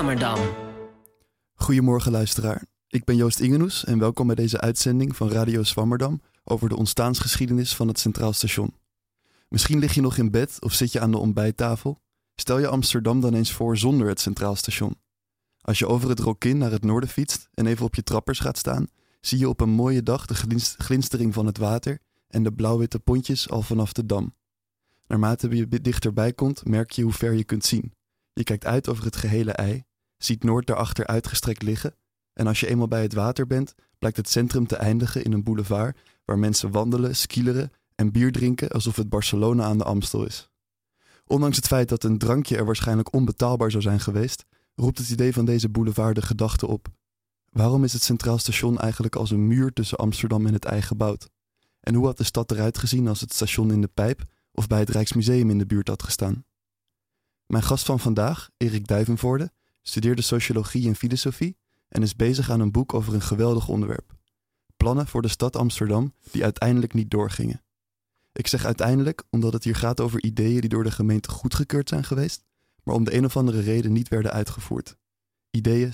Swammerdam. Goedemorgen luisteraar, ik ben Joost Ingenhoes en welkom bij deze uitzending van Radio Swammerdam over de ontstaansgeschiedenis van het Centraal Station. Misschien lig je nog in bed of zit je aan de ontbijttafel. Stel je Amsterdam dan eens voor zonder het Centraal Station. Als je over het Rokin naar het noorden fietst en even op je trappers gaat staan, zie je op een mooie dag de glinstering van het water en de blauw-witte pontjes al vanaf de Dam. Naarmate je dichterbij komt, merk je hoe ver je kunt zien. Je kijkt uit over het gehele IJ, ziet Noord daarachter uitgestrekt liggen en als je eenmaal bij het water bent, blijkt het centrum te eindigen in een boulevard waar mensen wandelen, skileren en bier drinken alsof het Barcelona aan de Amstel is. Ondanks het feit dat een drankje er waarschijnlijk onbetaalbaar zou zijn geweest, roept het idee van deze boulevard de gedachte op. Waarom is het Centraal Station eigenlijk als een muur tussen Amsterdam en het IJ gebouwd? En hoe had de stad eruit gezien als het station in de Pijp of bij het Rijksmuseum in de buurt had gestaan? Mijn gast van vandaag, Erik Duivenvoorde, studeerde sociologie en filosofie en is bezig aan een boek over een geweldig onderwerp. Plannen voor de stad Amsterdam die uiteindelijk niet doorgingen. Ik zeg uiteindelijk omdat het hier gaat over ideeën die door de gemeente goedgekeurd zijn geweest, maar om de een of andere reden niet werden uitgevoerd. Ideeën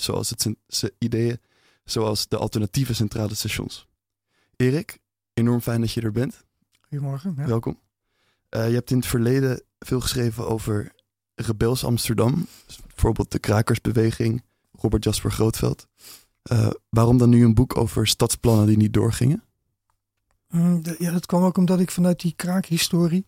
zoals de alternatieve centrale stations. Erik, enorm fijn dat je er bent. Goedemorgen. Ja. Welkom. Je hebt in het verleden veel geschreven over rebels Amsterdam, bijvoorbeeld de krakersbeweging, Robert Jasper Grootveld. Waarom dan nu een boek over stadsplannen die niet doorgingen? Dat kwam ook omdat ik vanuit die kraakhistorie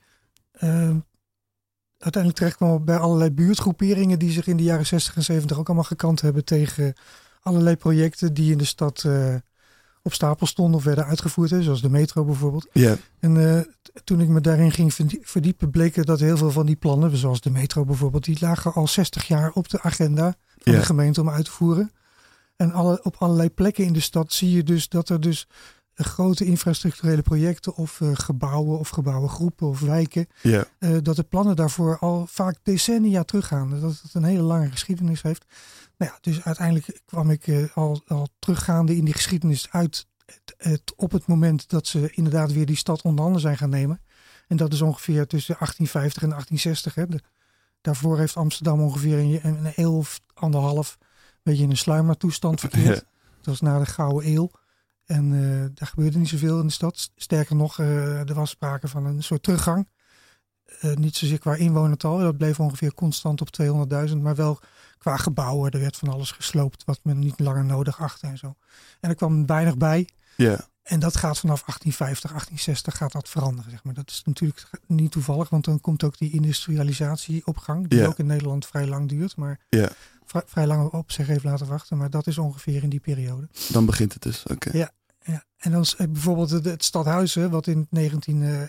uiteindelijk terecht kwam bij allerlei buurtgroeperingen die zich in de jaren 60 en 70 ook allemaal gekant hebben tegen allerlei projecten die in de stad op stapel stonden of werden uitgevoerd, zoals de metro bijvoorbeeld. Yeah. En toen ik me daarin ging verdiepen, bleken dat heel veel van die plannen, zoals de metro bijvoorbeeld, die lagen al 60 jaar op de agenda van de gemeente om uit te voeren. En op allerlei plekken in de stad zie je dus dat er dus grote infrastructurele projecten of gebouwengroepen of wijken, dat de plannen daarvoor al vaak decennia teruggaan. Dat het een hele lange geschiedenis heeft. Nou ja, dus uiteindelijk kwam ik al teruggaande in die geschiedenis uit op het moment dat ze inderdaad weer die stad onder handen zijn gaan nemen. En dat is ongeveer tussen 1850 en 1860. Hè. Daarvoor heeft Amsterdam ongeveer een eeuw of anderhalf een beetje in een sluimertoestand verkeerd. Dat was na de Gouden Eeuw. En daar gebeurde niet zoveel in de stad. Sterker nog, er was sprake van een soort teruggang. Niet zozeer qua inwonertal. Dat bleef ongeveer constant op 200.000. Maar wel qua gebouwen. Er werd van alles gesloopt wat men niet langer nodig achtte en zo. En er kwam weinig bij. Yeah. En dat gaat vanaf 1850, 1860 gaat dat veranderen. Zeg maar. Dat is natuurlijk niet toevallig. Want dan komt ook die industrialisatie op gang. Die ook in Nederland vrij lang duurt. Maar vrij lang op zich heeft laten wachten. Maar dat is ongeveer in die periode. Dan begint het dus, oké. Ja. En dan bijvoorbeeld het stadhuis, wat in ergens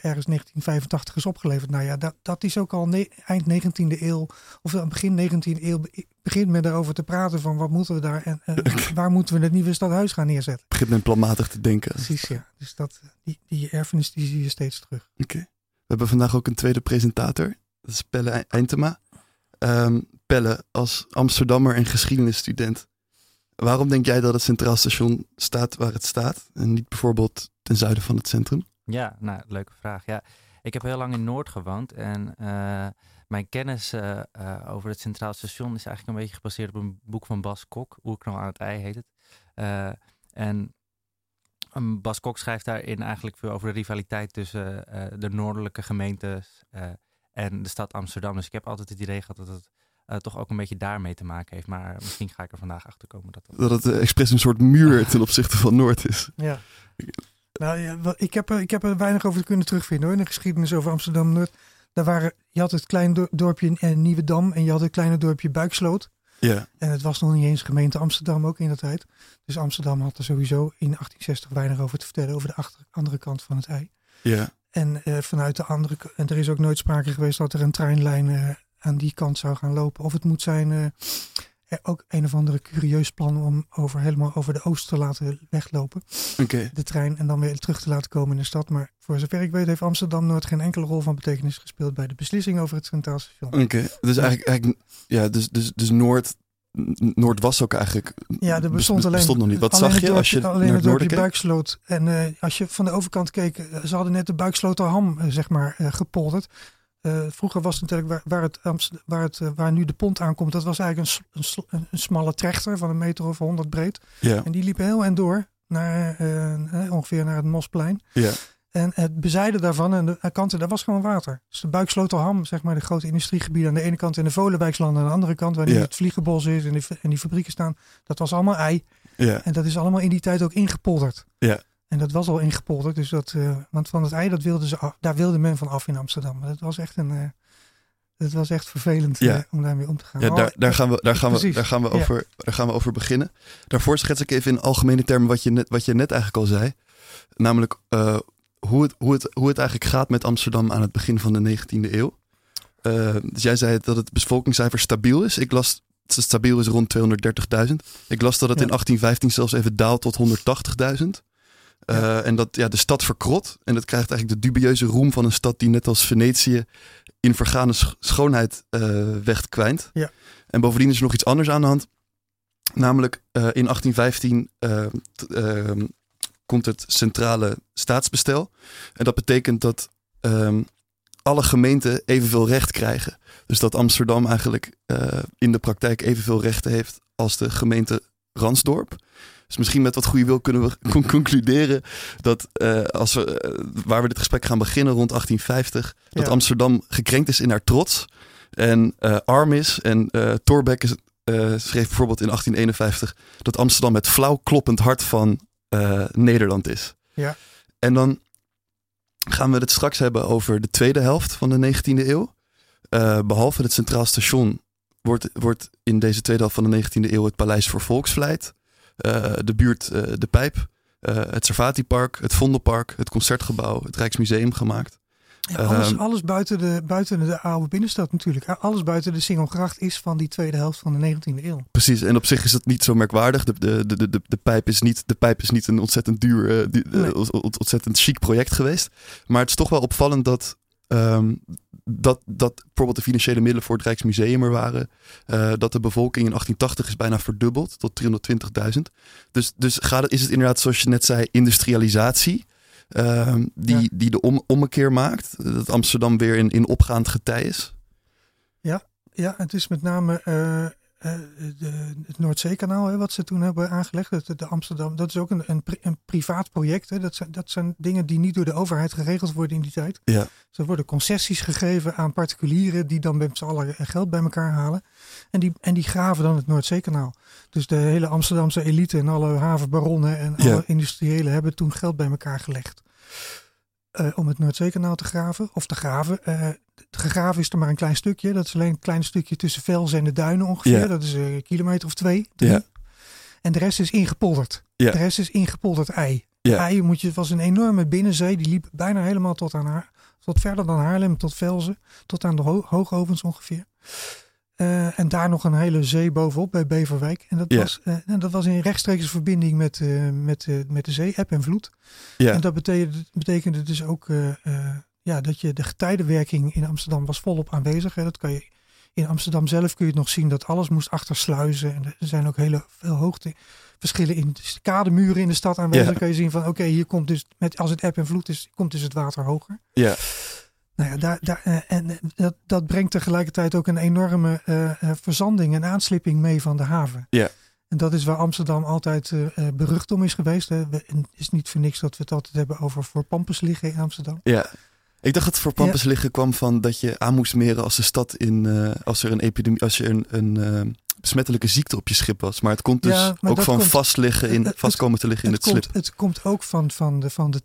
1985 is opgeleverd. Nou ja, dat is ook al eind 19e eeuw of begin 19e eeuw begint men daarover te praten van wat moeten we daar en waar moeten we het nieuwe stadhuis gaan neerzetten. Begint men planmatig te denken. Precies, ja. Dus die erfenis die zie je steeds terug. Oké. We hebben vandaag ook een tweede presentator. Dat is Pelle Eintema. Pelle, als Amsterdammer en geschiedenisstudent, waarom denk jij dat het Centraal Station staat waar het staat en niet bijvoorbeeld ten zuiden van het centrum? Ja, nou, leuke vraag. Ja, ik heb heel lang in Noord gewoond en mijn kennis over het Centraal Station is eigenlijk een beetje gebaseerd op een boek van Bas Kok, Oerknal aan het IJ heet het. En Bas Kok schrijft daarin eigenlijk veel over de rivaliteit tussen de noordelijke gemeentes en de stad Amsterdam. Dus ik heb altijd het idee gehad dat het toch ook een beetje daarmee te maken heeft. Maar misschien ga ik er vandaag achter komen. Dat het expres een soort muur ten opzichte van Noord is. Ja. Nou ja, ik heb er weinig over kunnen terugvinden hoor. In de geschiedenis over Amsterdam-Noord. Je had het kleine dorpje Nieuwedam en je had het kleine dorpje Buiksloot. Ja. En het was nog niet eens gemeente Amsterdam ook in dat tijd. Dus Amsterdam had er sowieso in 1860 weinig over te vertellen over de andere kant van het IJ. Ja. En vanuit de andere kant, en er is ook nooit sprake geweest dat er een treinlijn aan die kant zou gaan lopen. Of het moet zijn ook een of andere curieus plan om helemaal over de oost te laten weglopen. Okay. De trein en dan weer terug te laten komen in de stad. Maar voor zover ik weet heeft Amsterdam-Noord geen enkele rol van betekenis gespeeld bij de beslissing over het Centraal Station. Oké. Dus eigenlijk ja, dus Noord was ook eigenlijk. Ja, er bestond nog niet. Wat zag je als je alleen naar het het noorden keek? Buiksloot. En als je van de overkant keek, ze hadden net de Buiksloterham gepolderd. Vroeger was het natuurlijk waar nu de pont aankomt. Dat was eigenlijk een smalle trechter van 1 meter of 100 breed. Ja. En die liep heel eind door naar ongeveer naar het Mosplein. Ja. En het bezijden daarvan en de kanten, daar was gewoon water. Dus de Buiksloterham, zeg maar de grote industriegebieden aan de ene kant en de Volenwijkslanden aan de andere kant, waar nu het Vliegenbos is en die fabrieken staan, dat was allemaal ei. Ja. En dat is allemaal in die tijd ook ingepolderd. Ja. En dat was al ingepolderd, dus want van het ei, daar wilde men van af in Amsterdam. Dat was echt het was echt vervelend om daarmee om te gaan. Ja, daar gaan we over beginnen. Daarvoor schets ik even in algemene termen wat je net eigenlijk al zei. Namelijk hoe het eigenlijk gaat met Amsterdam aan het begin van de 19e eeuw. Dus jij zei dat het bevolkingscijfer stabiel is. Ik las dat het stabiel is rond 230.000. Ik las dat het in 1815 zelfs even daalt tot 180.000. En dat de stad verkrot. En dat krijgt eigenlijk de dubieuze roem van een stad die net als Venetië in vergane schoonheid wegkwijnt. Ja. En bovendien is er nog iets anders aan de hand. Namelijk in 1815 komt het centrale staatsbestel. En dat betekent dat alle gemeenten evenveel recht krijgen. Dus dat Amsterdam eigenlijk in de praktijk evenveel rechten heeft als de gemeente Ransdorp. Dus misschien met wat goede wil kunnen we concluderen dat waar we dit gesprek gaan beginnen rond 1850, dat Amsterdam gekrenkt is in haar trots en arm is. En Thorbecke schreef bijvoorbeeld in 1851 dat Amsterdam het flauw kloppend hart van Nederland is. Ja. En dan gaan we het straks hebben over de tweede helft van de 19e eeuw. Behalve het Centraal Station wordt in deze tweede helft van de 19e eeuw het Paleis voor Volksvlijt, de buurt De Pijp, het Servatiepark, het Vondelpark, het Concertgebouw, het Rijksmuseum gemaakt. Ja, alles buiten de oude binnenstad natuurlijk. Alles buiten de Singelgracht is van die tweede helft van de 19e eeuw. Precies, en op zich is het niet zo merkwaardig. De Pijp is niet een ontzettend duur, ontzettend chic project geweest. Maar het is toch wel opvallend dat bijvoorbeeld de financiële middelen voor het Rijksmuseum er waren. Dat de bevolking in 1880 is bijna verdubbeld tot 320.000. Dus is het inderdaad, zoals je net zei, industrialisatie die de ommekeer maakt. Dat Amsterdam weer in opgaand getij is. Ja, het is met name het Noordzeekanaal wat ze toen hebben aangelegd. De Amsterdam, dat is ook een privaat project. Hè. Dat zijn dingen die niet door de overheid geregeld worden in die tijd. Ja. Er worden concessies gegeven aan particulieren die dan met z'n allen geld bij elkaar halen. En die graven dan het Noordzeekanaal. Dus de hele Amsterdamse elite en alle havenbaronnen en alle industriëlen hebben toen geld bij elkaar gelegd. Om het Noordzeekanaal te graven. Of te graven. Gegraven is er maar een klein stukje. Dat is alleen een klein stukje tussen Velzen en de Duinen ongeveer. Ja. Dat is 1 kilometer of 2, 3. Ja. En de rest is ingepolderd. Ja. De rest is ingepolderd ei. Ja. Ei was een enorme binnenzee. Die liep bijna helemaal tot verder dan Haarlem, tot Velzen. Tot aan de Hoogovens ongeveer. En daar nog een hele zee bovenop bij Beverwijk. En dat was in rechtstreekse verbinding met de zee, eb en vloed. Ja. En dat betekende dus ook dat je de getijdenwerking in Amsterdam was volop aanwezig. Dat kan je in Amsterdam zelf kun je het nog zien dat alles moest achter sluizen. En er zijn ook heel veel hoogteverschillen in de kademuren in de stad aanwezig. Dan kan je zien van oké, hier komt dus als het eb en vloed is, komt dus het water hoger. Ja. Nou ja, dat brengt tegelijkertijd ook een enorme verzanding en aanslipping mee van de haven. Ja. En dat is waar Amsterdam altijd berucht om is geweest. Het is niet voor niks dat we het altijd hebben over voor Pampus liggen in Amsterdam. Ja. Ik dacht dat het voor Pampus liggen kwam van dat je aan moest meren als de stad als er een epidemie, als je een besmettelijke ziekte op je schip was. Maar het komt dus ook van vastkomen te liggen in het slip. Het komt ook van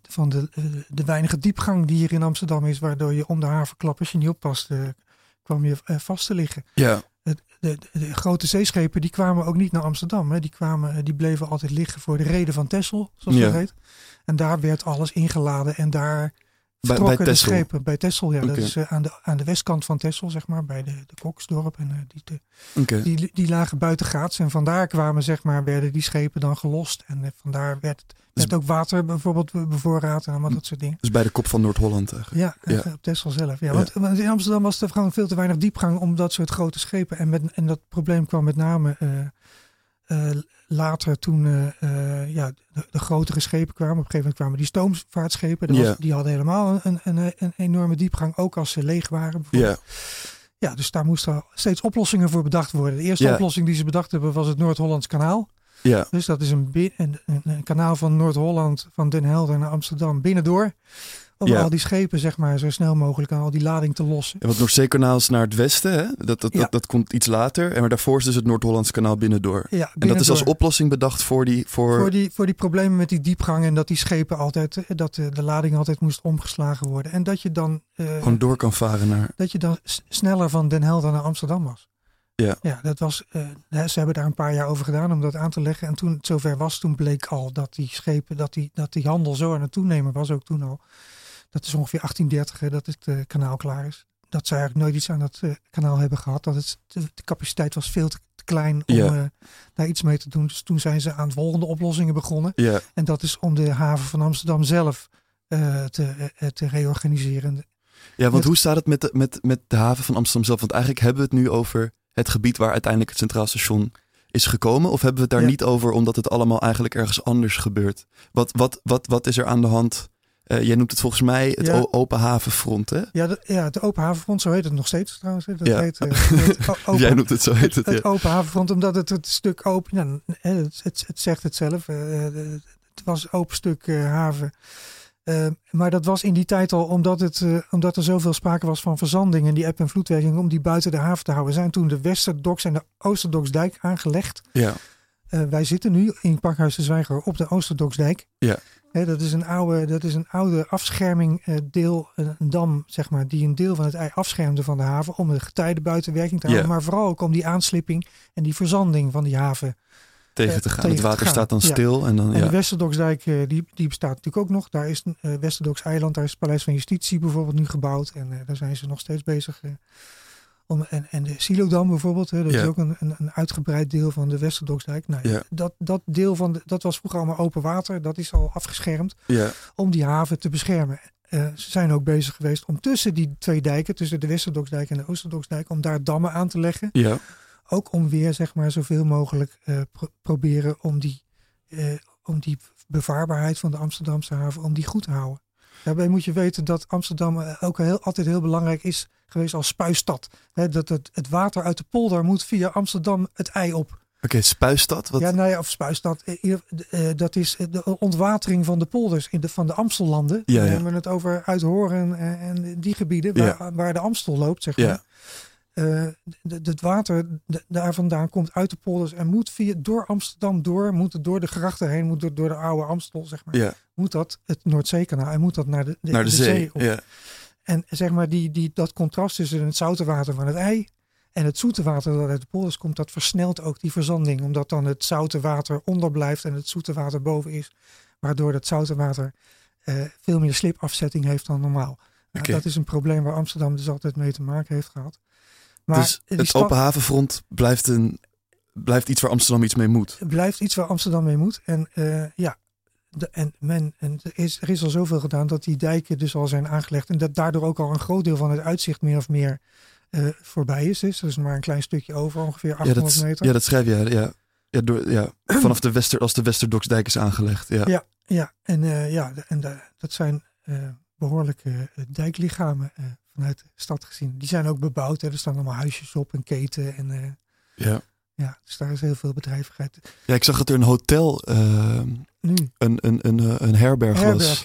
de weinige diepgang die hier in Amsterdam is, waardoor je om de havenklap, als je niet oppast, kwam je vast te liggen. Ja. De grote zeeschepen die kwamen ook niet naar Amsterdam. Hè. Die bleven altijd liggen voor de Rede van Texel, zoals dat heet. En daar werd alles ingeladen en daar vertrokken de schepen bij Texel. Ja, okay. Dat is aan de westkant van Texel, zeg maar, bij de Koksdorp. En die lagen buitengaats. En vandaar werden die schepen dan gelost. En vandaar werd ook water bijvoorbeeld bevoorraad en allemaal dat soort dingen. Dus bij de kop van Noord-Holland eigenlijk. Ja, op Texel zelf. Ja, want in Amsterdam was er gewoon veel te weinig diepgang om dat soort grote schepen. En dat probleem kwam met name later toen de grotere schepen kwamen. Op een gegeven moment kwamen die stoomvaartschepen. Die hadden helemaal een enorme diepgang. Ook als ze leeg waren bijvoorbeeld. Ja, dus daar moesten steeds oplossingen voor bedacht worden. De eerste oplossing die ze bedacht hebben was het Noord-Hollands kanaal. Ja. Dus dat is een kanaal van Noord-Holland, van Den Helder naar Amsterdam binnendoor. Om al die schepen zeg maar zo snel mogelijk aan al die lading te lossen. Ja, want Noordzeekanaal is naar het westen, hè? Dat komt iets later. Maar daarvoor is dus het Noord-Hollands kanaal binnendoor. Ja, binnendoor. En dat is als oplossing bedacht voor die problemen met die diepgang. En dat die schepen altijd, dat de lading altijd moest omgeslagen worden. En dat je dan gewoon door kan varen naar. Dat je dan sneller van Den Helder naar Amsterdam was. Ja, dat was. Ze hebben daar een paar jaar over gedaan om dat aan te leggen. En toen het zover was, toen bleek al dat die schepen, dat die handel zo aan het toenemen was, ook toen al. Dat is ongeveer 1830 dat het kanaal klaar is. Dat ze eigenlijk nooit iets aan dat kanaal hebben gehad. Dat de capaciteit was veel te klein om daar iets mee te doen. Dus toen zijn ze aan volgende oplossingen begonnen. Ja. En dat is om de haven van Amsterdam zelf te reorganiseren. Ja, want hoe staat het met de haven van Amsterdam zelf? Want eigenlijk hebben we het nu over het gebied waar uiteindelijk het Centraal Station is gekomen. Of hebben we het daar niet over omdat het allemaal eigenlijk ergens anders gebeurt? Wat is er aan de hand? Jij noemt het volgens mij het Open Havenfront, hè? Ja, het Open Havenfront, zo heet het nog steeds trouwens. Dat heet, Jij noemt het zo, heet het. Het Open Havenfront, omdat het stuk open... het zegt het zelf. Het was een open stuk haven. Maar dat was in die tijd al omdat er zoveel sprake was van verzanding en die eb- en vloedwerking om die buiten de haven te houden. Zijn toen de Westerdoks en de Oosterdoksdijk aangelegd. Ja. Wij zitten nu in Pakhuis de Zwijger op de Oosterdoksdijk. Ja. Dat is een oude afscherming deel, een dam zeg maar, die een deel van het IJ afschermde van de haven om de getijden buiten werking te houden. Maar vooral ook om die aanslipping en die verzanding van die haven tegen te gaan. Het water staat dan stil. En de Westerdoksdijk die bestaat natuurlijk ook nog. Daar is Westerdoks eiland, daar is het Paleis van Justitie bijvoorbeeld nu gebouwd. En daar zijn ze nog steeds bezig. En de Silodam bijvoorbeeld, dat is ook een uitgebreid deel van de Westerdoksdijk. Nou, dat deel dat was vroeger allemaal open water. Dat is al afgeschermd om die haven te beschermen. Ze zijn ook bezig geweest om tussen die twee dijken, tussen de Westerdoksdijk en de Oosterdoksdijk, om daar dammen aan te leggen. Ja. Ook om weer zeg maar zoveel mogelijk proberen om die bevaarbaarheid van de Amsterdamse haven, om die goed te houden. Daarbij moet je weten dat Amsterdam ook altijd heel belangrijk is geweest als spuisstad. Dat het water uit de polder moet via Amsterdam het IJ op. Oké, spuisstad? Wat? Ja, of spuisstad. Dat is de ontwatering van de polders van de Amstellanden. Ja, We hebben het over Uithoorn en die gebieden waar de Amstel loopt, zeg maar. Ja. Het water daar vandaan komt uit de polders en moet door Amsterdam moet het door de grachten heen, moet door de oude Amstel, zeg maar. Ja. Moet dat het Noordzeekanaal en moet dat naar de zee op. Ja. En zeg maar dat contrast tussen het zoute water van het IJ en het zoete water dat uit de polders komt, dat versnelt ook die verzanding, omdat dan het zoute water onder blijft en het zoete water boven is, waardoor het zoute water veel meer slipafzetting heeft dan normaal. Okay. Dat is een probleem waar Amsterdam dus altijd mee te maken heeft gehad. Maar dus het Open Havenfront blijft iets waar Amsterdam iets mee moet. Het blijft iets waar Amsterdam mee moet. En er is al zoveel gedaan dat die dijken dus al zijn aangelegd. En dat daardoor ook al een groot deel van het uitzicht meer of meer voorbij is. Dus er is maar een klein stukje over, ongeveer 800 meter. Ja, dat schrijf je. Vanaf als de Westerdoksdijk is aangelegd. Dat zijn behoorlijke dijklichamen vanuit de stad gezien. Die zijn ook bebouwd. Er staan allemaal huisjes op en keten. En, dus daar is heel veel bedrijvigheid. Ja, ik zag dat er een hotel, een herberg was.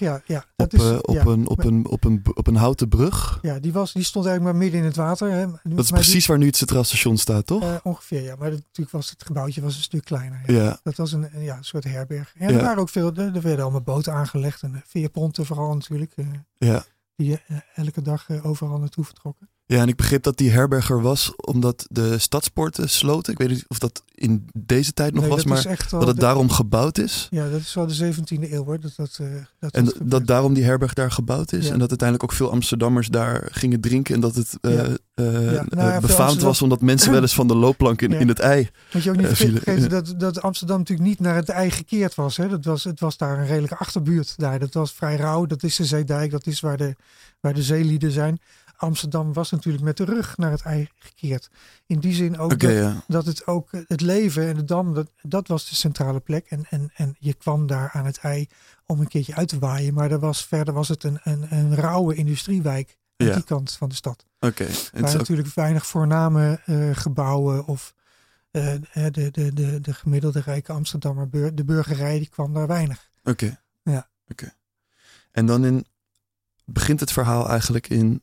Op een houten brug. Ja, die stond eigenlijk maar midden in het water. Hè. Dat is precies waar nu het Centraal Station staat, toch? Ongeveer, ja. Maar natuurlijk het gebouwtje was een stuk kleiner. Ja. Ja. Dat was een soort herberg. Ja, er waren ook er werden allemaal boten aangelegd. En veerponten vooral natuurlijk. Die elke dag overal naartoe vertrokken. Ja, en ik begreep dat die herberger was omdat de stadspoorten sloten. Ik weet niet of dat in deze tijd nog was, maar dat het daarom gebouwd is. Ja, dat is wel de 17e eeuw hoor. Dat daarom die herberg daar gebouwd is. Ja. En dat uiteindelijk ook veel Amsterdammers daar gingen drinken. En dat het befaamd was omdat mensen wel eens van de loopplank in het IJ moet je ook niet vergeten dat Amsterdam natuurlijk niet naar het IJ gekeerd was. Hè? Het was daar een redelijke achterbuurt. Dat was vrij rauw. Dat is de Zeedijk. Dat is waar de zeelieden zijn. Amsterdam was natuurlijk met de rug naar het IJ gekeerd. In die zin ook dat het ook het leven en de Dam, dat was de centrale plek. En je kwam daar aan het IJ om een keertje uit te waaien. Maar verder was het een rauwe industriewijk aan die kant van de stad. Waar natuurlijk weinig voorname gebouwen of de gemiddelde rijke Amsterdammer, de burgerij, die kwam daar weinig. Oké. En dan begint het verhaal eigenlijk in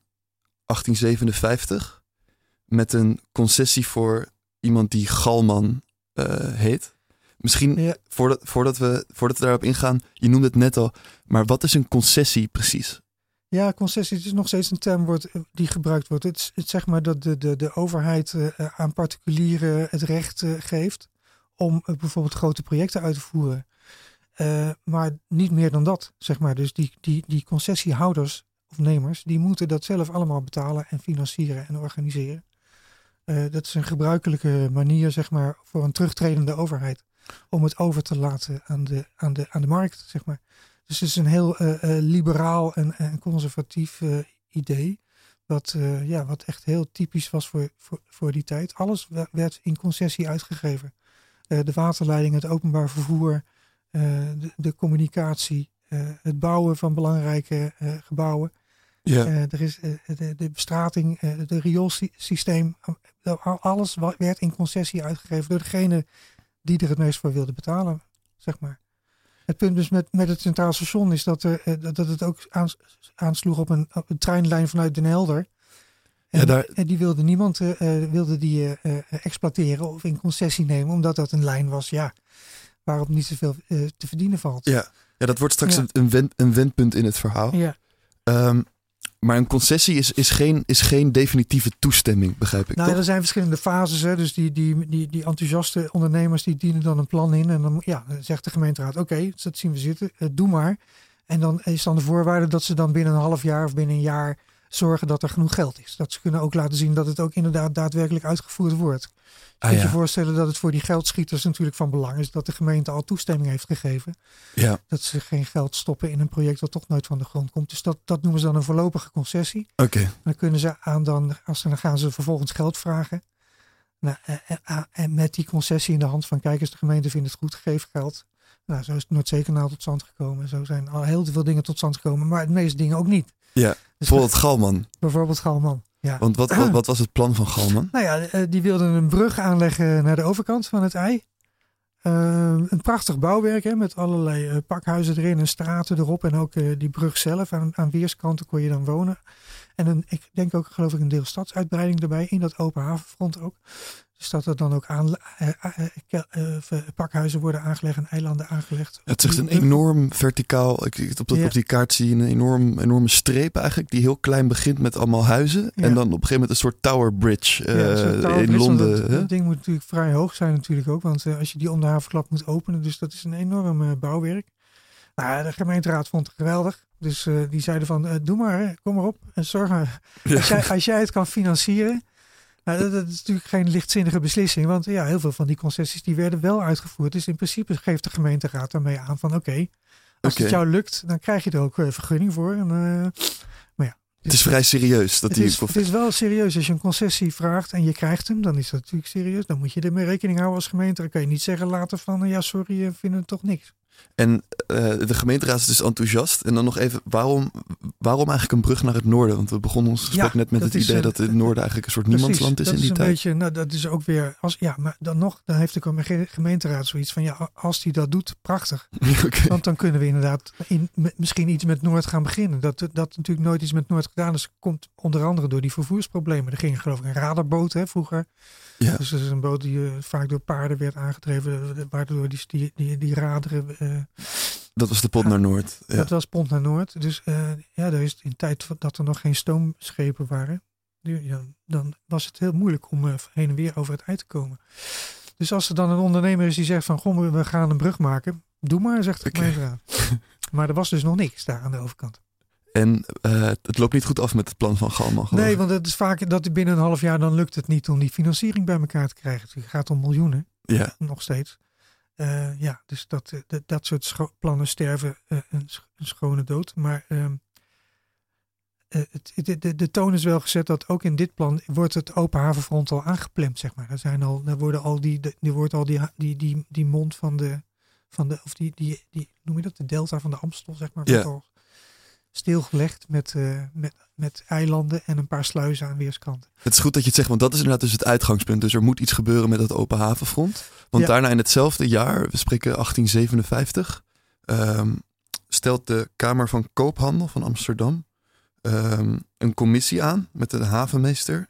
1857 met een concessie voor iemand die Galman heet. Misschien voordat we daarop ingaan, je noemde het net al, maar wat is een concessie precies? Ja, concessie is nog steeds een term die gebruikt wordt. Het zeg maar dat de overheid aan particulieren het recht geeft om bijvoorbeeld grote projecten uit te voeren. Maar niet meer dan dat, zeg maar. Dus die concessiehouders of nemers, die moeten dat zelf allemaal betalen en financieren en organiseren. Dat is een gebruikelijke manier, zeg maar, voor een terugtredende overheid om het over te laten aan de markt, zeg maar. Dus het is een heel liberaal en conservatief idee. Wat echt heel typisch was voor die tijd. Alles werd in concessie uitgegeven. De waterleiding, het openbaar vervoer, de communicatie, het bouwen van belangrijke gebouwen. Ja. Er is de bestrating, de rioolsysteem. Alles werd in concessie uitgegeven door degene die er het meest voor wilde betalen, zeg maar. Het punt dus met het Centraal Station is dat het ook aansloeg op een treinlijn vanuit Den Helder. En die wilde niemand exploiteren of in concessie nemen, omdat dat een lijn was, waarop niet zoveel te verdienen valt. Ja, dat wordt straks een wendpunt in het verhaal. Ja. Maar een concessie is geen definitieve toestemming, begrijp ik, toch? Er zijn verschillende fases. Hè? Dus die enthousiaste ondernemers die dienen dan een plan in. En dan zegt de gemeenteraad, oké, dat zien we zitten, doe maar. En dan is dan de voorwaarde dat ze dan binnen een half jaar of binnen een jaar zorgen dat er genoeg geld is. Dat ze kunnen ook laten zien dat het ook inderdaad daadwerkelijk uitgevoerd wordt. Je kunt je voorstellen dat het voor die geldschieters natuurlijk van belang is dat de gemeente al toestemming heeft gegeven. Ja. Dat ze geen geld stoppen in een project dat toch nooit van de grond komt. Dus dat noemen ze dan een voorlopige concessie. Dan kunnen ze dan gaan ze vervolgens geld vragen. En met die concessie in de hand van kijk eens, de gemeente vindt het goed, geef geld. Zo is het Noordzeekanaal tot stand gekomen. Zo zijn al heel veel dingen tot stand gekomen, maar het meeste dingen ook niet. Ja, dus bijvoorbeeld Galman. Bijvoorbeeld Galman. Ja. Want wat was het plan van Galman? Die wilden een brug aanleggen naar de overkant van het IJ. Een prachtig bouwwerk met allerlei pakhuizen erin en straten erop. En ook die brug zelf. Aan weerskanten kon je dan wonen. En ik denk ook, geloof ik, een deel stadsuitbreiding erbij. In dat open havenfront ook. Dus dat er dan ook pakhuizen worden aangelegd en eilanden aangelegd. Het is een enorm verticaal, op die kaart zie je een enorme streep eigenlijk. Die heel klein begint met allemaal huizen. Ja. En dan op een gegeven moment een soort Tower Bridge in Londen. Dat ding moet natuurlijk vrij hoog zijn natuurlijk ook. Want als je die om de havenklap moet openen. Dus dat is een enorm bouwwerk. De gemeenteraad vond het geweldig. Dus die zeiden van doe maar, kom maar op. En zorg maar. Als jij het kan financieren. Dat is natuurlijk geen lichtzinnige beslissing. Want heel veel van die concessies die werden wel uitgevoerd. Dus in principe geeft de gemeenteraad daarmee aan van als het jou lukt, dan krijg je er ook vergunning voor. Het is vrij serieus. Het is wel serieus. Als je een concessie vraagt en je krijgt hem, dan is dat natuurlijk serieus. Dan moet je ermee rekening houden als gemeente. Dan kan je niet zeggen later van sorry, we vinden het toch niks. En de gemeenteraad is dus enthousiast. En dan nog even, waarom eigenlijk een brug naar het noorden? Want we begonnen ons gesprek net met het idee dat het noorden eigenlijk een soort niemandsland is in die tijd. Beetje, dat is ook weer, maar dan heeft de gemeenteraad zoiets van, als die dat doet, prachtig. Okay. Want dan kunnen we inderdaad misschien iets met Noord gaan beginnen. Dat natuurlijk nooit iets met Noord gedaan is, komt onder andere door die vervoersproblemen. Er ging geloof ik een radarboot vroeger. Ja. Dus dat is een boot die vaak door paarden werd aangedreven, waardoor die raderen... dat was de pont naar Noord. Ja. Dat was pont naar Noord. Dus er is in tijd dat er nog geen stoomschepen waren, dan was het heel moeilijk om heen en weer over het IJ te komen. Dus als er dan een ondernemer is die zegt van, goh, we gaan een brug maken, doe maar, zegt de gemeenteraad. Maar er was dus nog niks daar aan de overkant. En het loopt niet goed af met het plan van Galman. Nee, want het is vaak dat binnen een half jaar dan lukt het niet om die financiering bij elkaar te krijgen. Het gaat om miljoenen, nog steeds. Dus dat soort plannen sterven een schone dood. Maar de toon is wel gezet dat ook in dit plan wordt het open havenfront al aangeplemd, zeg maar. Er worden al die mond van de of die noem je dat, de delta van de Amstel, zeg maar, wordt al stilgelegd met eilanden en een paar sluizen aan weerskanten. Het is goed dat je het zegt, want dat is inderdaad dus het uitgangspunt. Dus er moet iets gebeuren met het open havenfront. Want daarna in hetzelfde jaar, we spreken 1857, stelt de Kamer van Koophandel van Amsterdam een commissie aan met de havenmeester.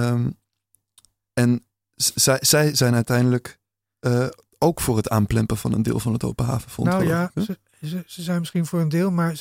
En zij zijn uiteindelijk ook voor het aanplempen van een deel van het open havenfront. Nou ja, ze zijn misschien voor een deel, maar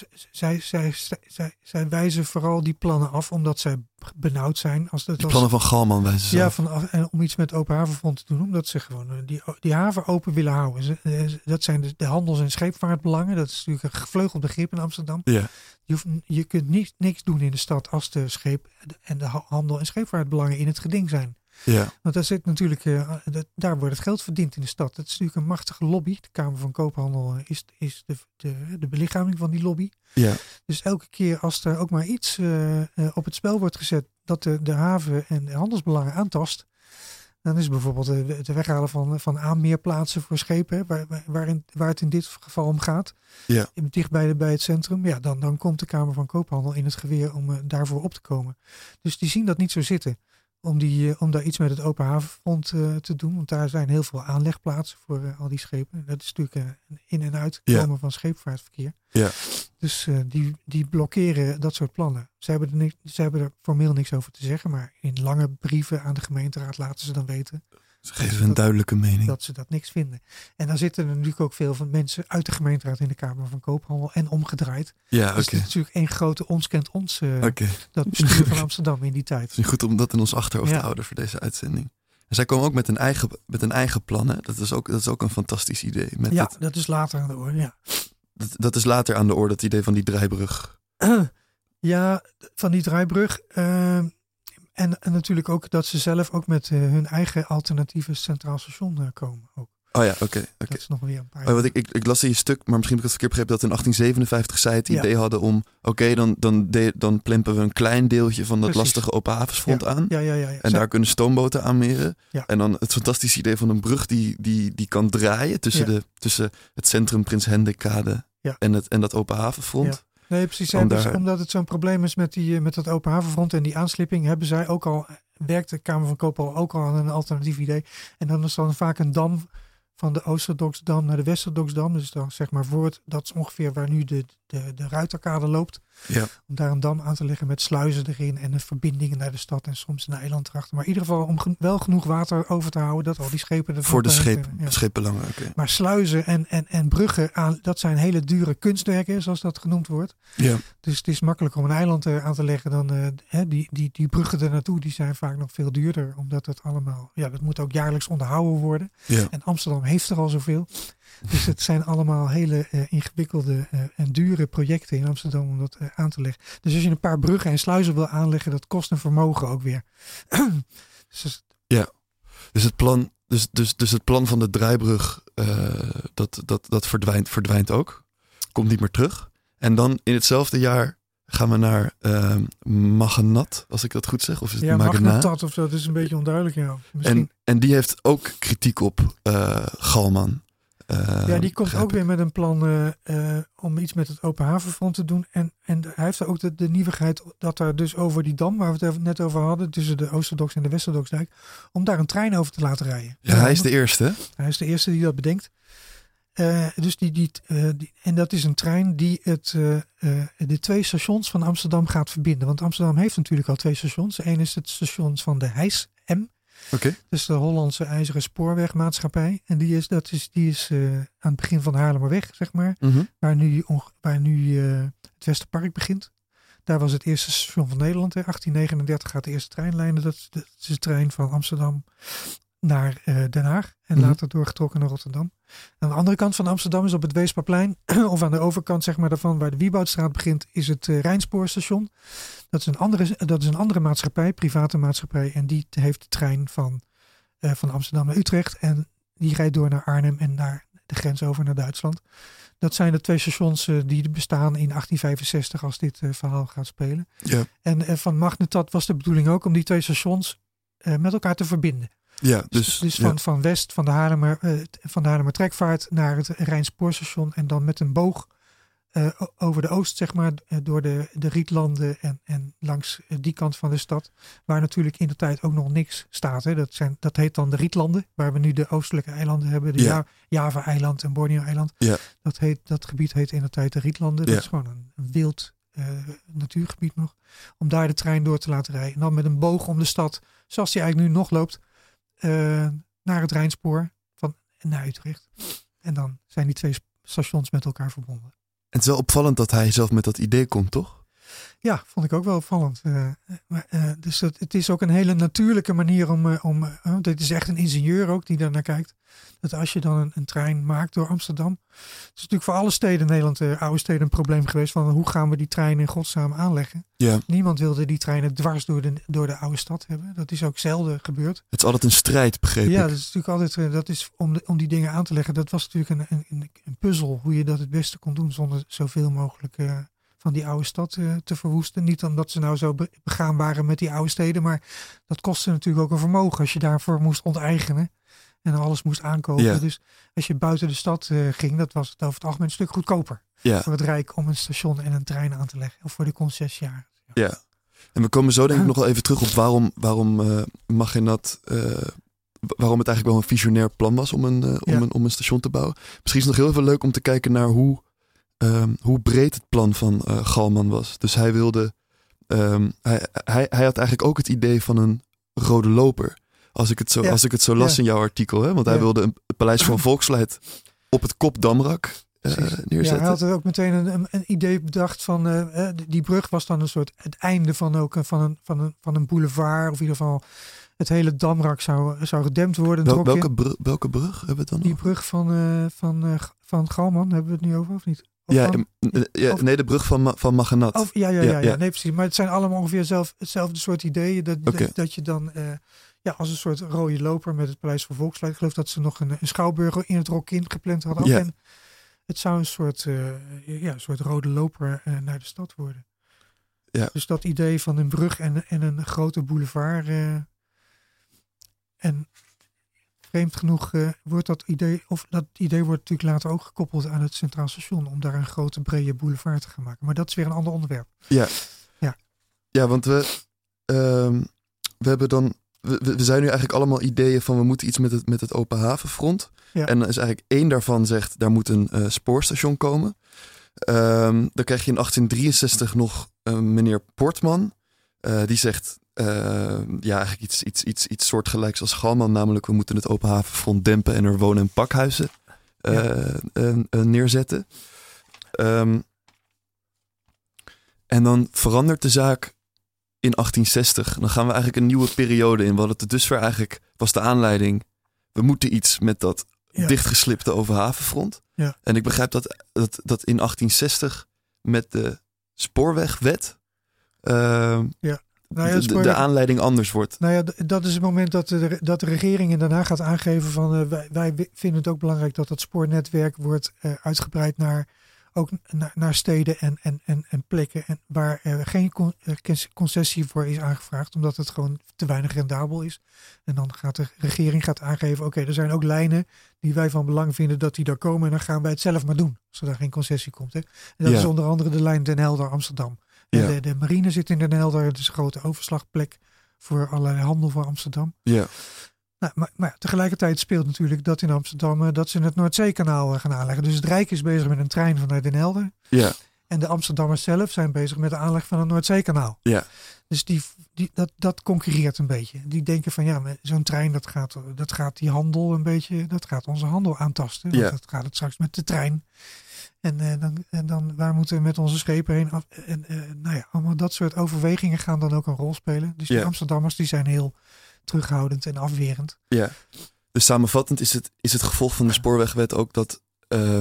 zij wijzen vooral die plannen af omdat zij benauwd zijn. Plannen van Galman wijzen ze af. En om iets met het open havenfront te doen, omdat ze gewoon die haven open willen houden. Dat zijn de handels- en scheepvaartbelangen. Dat is natuurlijk een gevleugeld begrip in Amsterdam. Ja. Je kunt niks doen in de stad als de handel- en scheepvaartbelangen in het geding zijn. Ja. Want daar zit natuurlijk, daar wordt het geld verdiend in de stad. Dat is natuurlijk een machtige lobby. De Kamer van Koophandel is de belichaming van die lobby. Ja. Dus elke keer als er ook maar iets op het spel wordt gezet dat de haven en de handelsbelangen aantast, dan is bijvoorbeeld het weghalen van aanmeerplaatsen voor schepen, waar het in dit geval om gaat, dicht bij het centrum, dan komt de Kamer van Koophandel in het geweer om daarvoor op te komen. Dus die zien dat niet zo zitten. Om daar iets met het open havenfront te doen. Want daar zijn heel veel aanlegplaatsen voor al die schepen. Dat is natuurlijk in- en uitkomen van scheepvaartverkeer. Ja. Dus die blokkeren dat soort plannen. Ze hebben er formeel niks over te zeggen. Maar in lange brieven aan de gemeenteraad laten ze dan weten. Ze geven een duidelijke mening. Dat ze dat niks vinden. En dan zitten er natuurlijk ook veel van mensen uit de gemeenteraad in de Kamer van Koophandel en omgedraaid. Ja, oké. Dus het is natuurlijk één grote ons kent ons. Dat bestuur van Amsterdam in die tijd. Het is goed om dat in ons achterhoofd te houden voor deze uitzending. En zij komen ook met een eigen plan. Hè? Dat is ook een fantastisch idee. Dat is later aan de orde. Ja. Dat is later aan de orde, het idee van die draaibrug. Van die draaibrug. En natuurlijk ook dat ze zelf ook met hun eigen alternatieve centraal station komen. Ook. Oh ja, oké. Dat is nog weer een paar jaar. Want ik las in je stuk, maar misschien heb ik het verkeerd begrepen, dat in 1857 zij het idee hadden om, dan plempen we een klein deeltje van dat lastige open havensfront aan. Ja. En daar kunnen stoomboten aanmeren. Ja. En dan het fantastische idee van een brug die kan draaien tussen het centrum Prins Hendrikkade en dat open havenfront. Ja. Nee, precies. Omdat het zo'n probleem is met dat open havenfront en die aanslipping, hebben zij ook al, werkt de Kamer van Koophandel ook al aan een alternatief idee. En dan is dan vaak een dam van de Oosterdoksdam naar de Westerdoksdam. Dus dan zeg maar dat is ongeveer waar nu de Ruiterkade loopt. Ja. Om daar een dam aan te leggen met sluizen erin en een verbindingen naar de stad en soms een eiland erachter. Maar in ieder geval om wel genoeg water over te houden dat al die schepen... Voor de scheepbelangen, oké. Maar sluizen en bruggen, dat zijn hele dure kunstwerken, zoals dat genoemd wordt. Ja. Dus het is makkelijker om een eiland aan te leggen dan die bruggen er naartoe. Die zijn vaak nog veel duurder, omdat het allemaal... Ja, dat moet ook jaarlijks onderhouden worden. Ja. En Amsterdam heeft er al zoveel. Dus het zijn allemaal hele ingewikkelde en dure projecten in Amsterdam om dat aan te leggen. Dus als je een paar bruggen en sluizen wil aanleggen, dat kost een vermogen ook weer. Dus het plan van de draaibrug, dat verdwijnt ook. Komt niet meer terug. En dan in hetzelfde jaar gaan we naar Magenat, als ik dat goed zeg. Of is het Magenat of zo, dat is een beetje onduidelijk. Ja. En die heeft ook kritiek op Galman. Die komt ook weer met een plan om iets met het open havenfront te doen. En hij heeft ook de nieuwigheid dat er dus over die dam, waar we het net over hadden, tussen de Oosterdoks en de Westerdoksdijk, om daar een trein over te laten rijden. Ja, hij is de eerste. Hij is de eerste die dat bedenkt. Dus en dat is een trein die de twee stations van Amsterdam gaat verbinden. Want Amsterdam heeft natuurlijk al twee stations. Eén is het station van de Heis M. Okay. Dus de Hollandse IJzeren Spoorwegmaatschappij. En die is aan het begin van de Haarlemmerweg, zeg maar. Mm-hmm. Waar nu het Westerpark begint. Daar was het eerste station van Nederland. 1839 gaat de eerste treinlijn. Dat is de trein van Amsterdam naar Den Haag. En later doorgetrokken naar Rotterdam. Aan de andere kant van Amsterdam is op het Weesperplein. Of aan de overkant, zeg maar, daarvan, waar de Wieboudstraat begint, is het Rijnspoorsstation. Dat is een andere maatschappij, private maatschappij. En die heeft de trein van Amsterdam naar Utrecht. En die rijdt door naar Arnhem en naar de grens over naar Duitsland. Dat zijn de 2 stations die bestaan in 1865 als dit verhaal gaat spelen. Ja. En van Magnetat was de bedoeling ook om die 2 stations met elkaar te verbinden. Ja, dus van west van de Haarlemmer Trekvaart naar het Rijnspoorstation en dan met een boog over de oost, zeg maar, door de Rietlanden en langs die kant van de stad, waar natuurlijk in de tijd ook nog niks staat. Hè. Dat heet dan de Rietlanden, waar we nu de oostelijke eilanden hebben, de Java-eiland en Borneo-eiland. Ja. Dat gebied heet in de tijd de Rietlanden. Dat is gewoon een wild natuurgebied nog. Om daar de trein door te laten rijden. En dan met een boog om de stad, zoals die eigenlijk nu nog loopt, naar het Rijnspoor naar Utrecht. En dan zijn die 2 stations met elkaar verbonden. En het is wel opvallend dat hij zelf met dat idee komt, toch? Ja, vond ik ook wel opvallend. Dus het is ook een hele natuurlijke manier om dit is echt een ingenieur ook die daar naar kijkt. Dat als je dan een trein maakt door Amsterdam. Het is natuurlijk voor alle steden in Nederland, oude steden, een probleem geweest van hoe gaan we die treinen in godsnaam aanleggen. Ja. Niemand wilde die treinen dwars door de oude stad hebben. Dat is ook zelden gebeurd. Het is altijd een strijd, begreep ik. Ja, dat is natuurlijk altijd, om die dingen aan te leggen. Dat was natuurlijk een puzzel hoe je dat het beste kon doen zonder zoveel mogelijk van die oude stad te verwoesten. Niet omdat ze nou zo begaan waren met die oude steden, maar dat kostte natuurlijk ook een vermogen als je daarvoor moest onteigenen en alles moest aankopen. Ja. Dus als je buiten de stad ging, dat was het over het algemeen een stuk goedkoper voor het Rijk om een station en een trein aan te leggen. Of voor de concessiaris. Ja. En we komen zo denk ik nog wel even terug op waarom Magenat, waarom het eigenlijk wel een visionair plan was om een station te bouwen. Misschien is het nog heel even leuk om te kijken naar hoe breed het plan van Galman was. Dus hij wilde, hij had eigenlijk ook het idee van een rode loper. Als ik het zo las in jouw artikel. Hè? Want hij wilde het paleis van Volksleid op het Kop Damrak neerzetten. Ja, hij had ook meteen een idee bedacht van die brug was dan een soort het einde van een boulevard. Of in ieder geval het hele Damrak zou gedempt worden. Welke brug hebben we het dan Die over? brug van Galman, hebben we het nu over of niet? Nee, de brug van Magenat. Ja, nee, precies. Maar het zijn allemaal ongeveer hetzelfde soort ideeën. Dat je dan als een soort rode loper met het Paleis van Volksleid. Ik geloof dat ze nog een schouwburg in het Rokin gepland hadden. Ja. En het zou een soort rode loper naar de stad worden. Ja. Dus dat idee van een brug en een grote boulevard. En vreemd genoeg wordt dat idee wordt natuurlijk later ook gekoppeld aan het Centraal Station. Om daar een grote brede boulevard te gaan maken. Maar dat is weer een ander onderwerp. Ja, want we hebben dan. We zijn nu eigenlijk allemaal ideeën van we moeten iets met het open havenfront. Ja. En is eigenlijk 1 daarvan zegt, daar moet een spoorstation komen. Dan krijg je in 1863 nog meneer Portman. Die zegt eigenlijk iets soortgelijks als Galman. Namelijk we moeten het open havenfront dempen en er wonen- en pakhuizen neerzetten. En dan verandert de zaak in 1860. Dan gaan we eigenlijk een nieuwe periode in. We hadden het dusver eigenlijk, was de aanleiding. We moeten iets met dat dichtgeslipte overhavenfront. Ja. En ik begrijp dat in 1860 met de spoorwegwet de aanleiding anders wordt. Nou ja, dat is het moment dat de regering in Den Haag gaat aangeven van wij vinden het ook belangrijk dat het spoornetwerk wordt uitgebreid naar steden en plekken en waar geen concessie voor is aangevraagd, omdat het gewoon te weinig rendabel is. En dan gaat de regering aangeven, oké, er zijn ook lijnen die wij van belang vinden dat die daar komen en dan gaan wij het zelf maar doen, als er daar geen concessie komt. Hè. En dat is onder andere de lijn Den Helder-Amsterdam. Ja. De marine zit in Den Helder, het is een grote overslagplek voor allerlei handel van Amsterdam. Ja. Nou, maar tegelijkertijd speelt natuurlijk dat in Amsterdam dat ze het Noordzeekanaal gaan aanleggen. Dus het Rijk is bezig met een trein vanuit Den Helder. Ja. En de Amsterdammers zelf zijn bezig met de aanleg van een Noordzeekanaal. Ja. Dus dat concurreert een beetje. Die denken van zo'n trein dat gaat die handel een beetje, dat gaat onze handel aantasten. Want dat gaat het straks met de trein. En dan waar moeten we met onze schepen heen? Allemaal dat soort overwegingen gaan dan ook een rol spelen. Dus die Amsterdammers die zijn heel terughoudend en afwerend. Ja, dus samenvattend is het gevolg van de spoorwegwet ook dat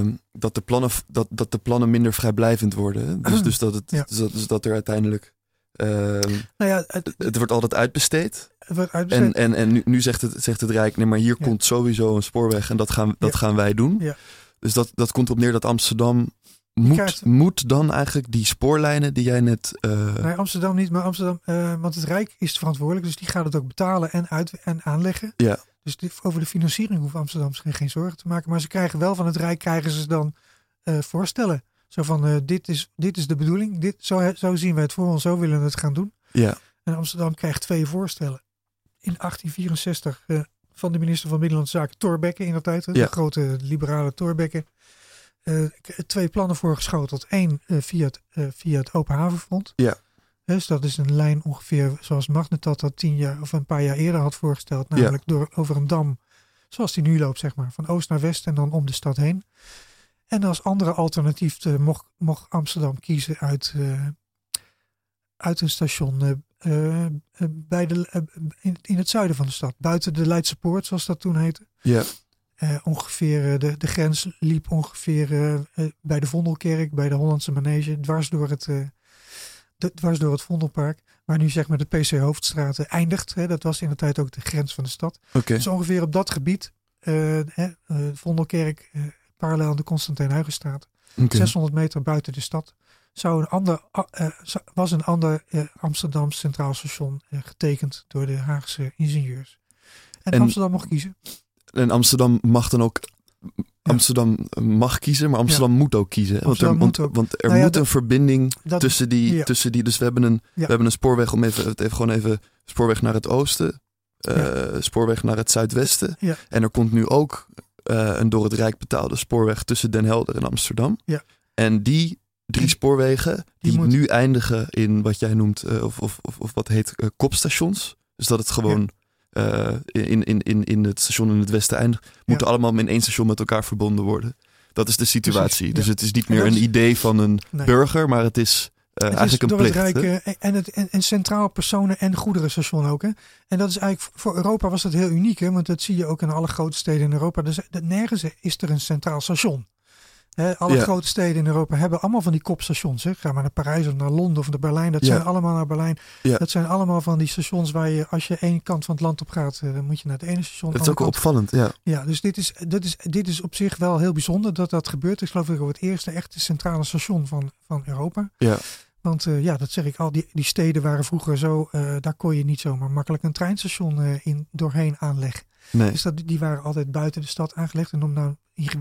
de plannen minder vrijblijvend worden. Dus dat er uiteindelijk Het wordt altijd uitbesteed. Het wordt uitbesteed. En nu zegt het Rijk, nee, maar hier komt sowieso een spoorweg en dat gaan wij doen. Ja. Dus dat komt op neer dat Amsterdam moet dan eigenlijk die spoorlijnen die jij net... Nee, Amsterdam niet, maar Amsterdam... want het Rijk is verantwoordelijk, dus die gaat het ook betalen en aanleggen. Ja. Dus over de financiering hoeft Amsterdam geen zorgen te maken. Maar ze krijgen wel van het Rijk, krijgen ze dan voorstellen. Zo van, dit is de bedoeling. Zo zien we het voor ons, zo willen we het gaan doen. Ja. En Amsterdam krijgt 2 voorstellen. In 1864 van de minister van Binnenlandse Zaken, Thorbecke in dat tijd. De grote liberale Thorbecke. 2 plannen voorgeschoteld. 1 via het Open Havenfonds. Ja. Dus dat is een lijn ongeveer zoals Magnetat dat 10 jaar of een paar jaar eerder had voorgesteld. Namelijk over een dam, zoals die nu loopt, zeg maar. Van oost naar west en dan om de stad heen. En als andere alternatief mocht Amsterdam kiezen uit een station in het zuiden van de stad. Buiten de Leidse Poort, zoals dat toen heette. Ja. Ongeveer de grens liep ongeveer bij de Vondelkerk, bij de Hollandse Manege, dwars door het Vondelpark. Waar nu zeg maar de PC Hoofdstraat eindigt. Dat was in de tijd ook de grens van de stad. Okay. Dus ongeveer op dat gebied, Vondelkerk, parallel aan de Constantijn Huygenstraat. 600 meter buiten de stad. Was een ander Amsterdam Centraal Station getekend door de Haagse ingenieurs. En Amsterdam mocht kiezen. En Amsterdam mag dan ook... Amsterdam mag kiezen, maar Amsterdam moet ook kiezen. Want er moet een verbinding tussen die... Dus we hebben een spoorweg om even spoorweg naar het oosten. Spoorweg naar het zuidwesten. Ja. En er komt nu ook een door het Rijk betaalde spoorweg tussen Den Helder en Amsterdam. Ja. En die 3 spoorwegen die nu eindigen in wat jij noemt of wat heet kopstations. Dus dat het gewoon in het station in het westen eindigt. Moeten allemaal in 1 station met elkaar verbonden worden. Dat is de situatie. Precies, dus het is niet meer een idee van een burger, maar het is eigenlijk een plicht. Het Rijk en centraal personen- en goederenstation ook. Hè? En dat is eigenlijk voor Europa was dat heel uniek. Hè? Want dat zie je ook in alle grote steden in Europa. Dus nergens is er een centraal station. Alle grote steden in Europa hebben allemaal van die kopstations. Hè? Ga maar naar Parijs of naar Londen of naar Berlijn. Dat zijn allemaal naar Berlijn. Ja. Dat zijn allemaal van die stations waar je, als je één kant van het land op gaat, dan moet je naar het ene station. Dat is ook opvallend, ja. Ja, dus dit is op zich wel heel bijzonder dat gebeurt. Ik geloof dat het eerste echte centrale station van Europa. Ja. Want dat zeg ik al, die steden waren vroeger zo, daar kon je niet zomaar makkelijk een treinstation doorheen aanleggen. Nee. Dus die waren altijd buiten de stad aangelegd. En om nou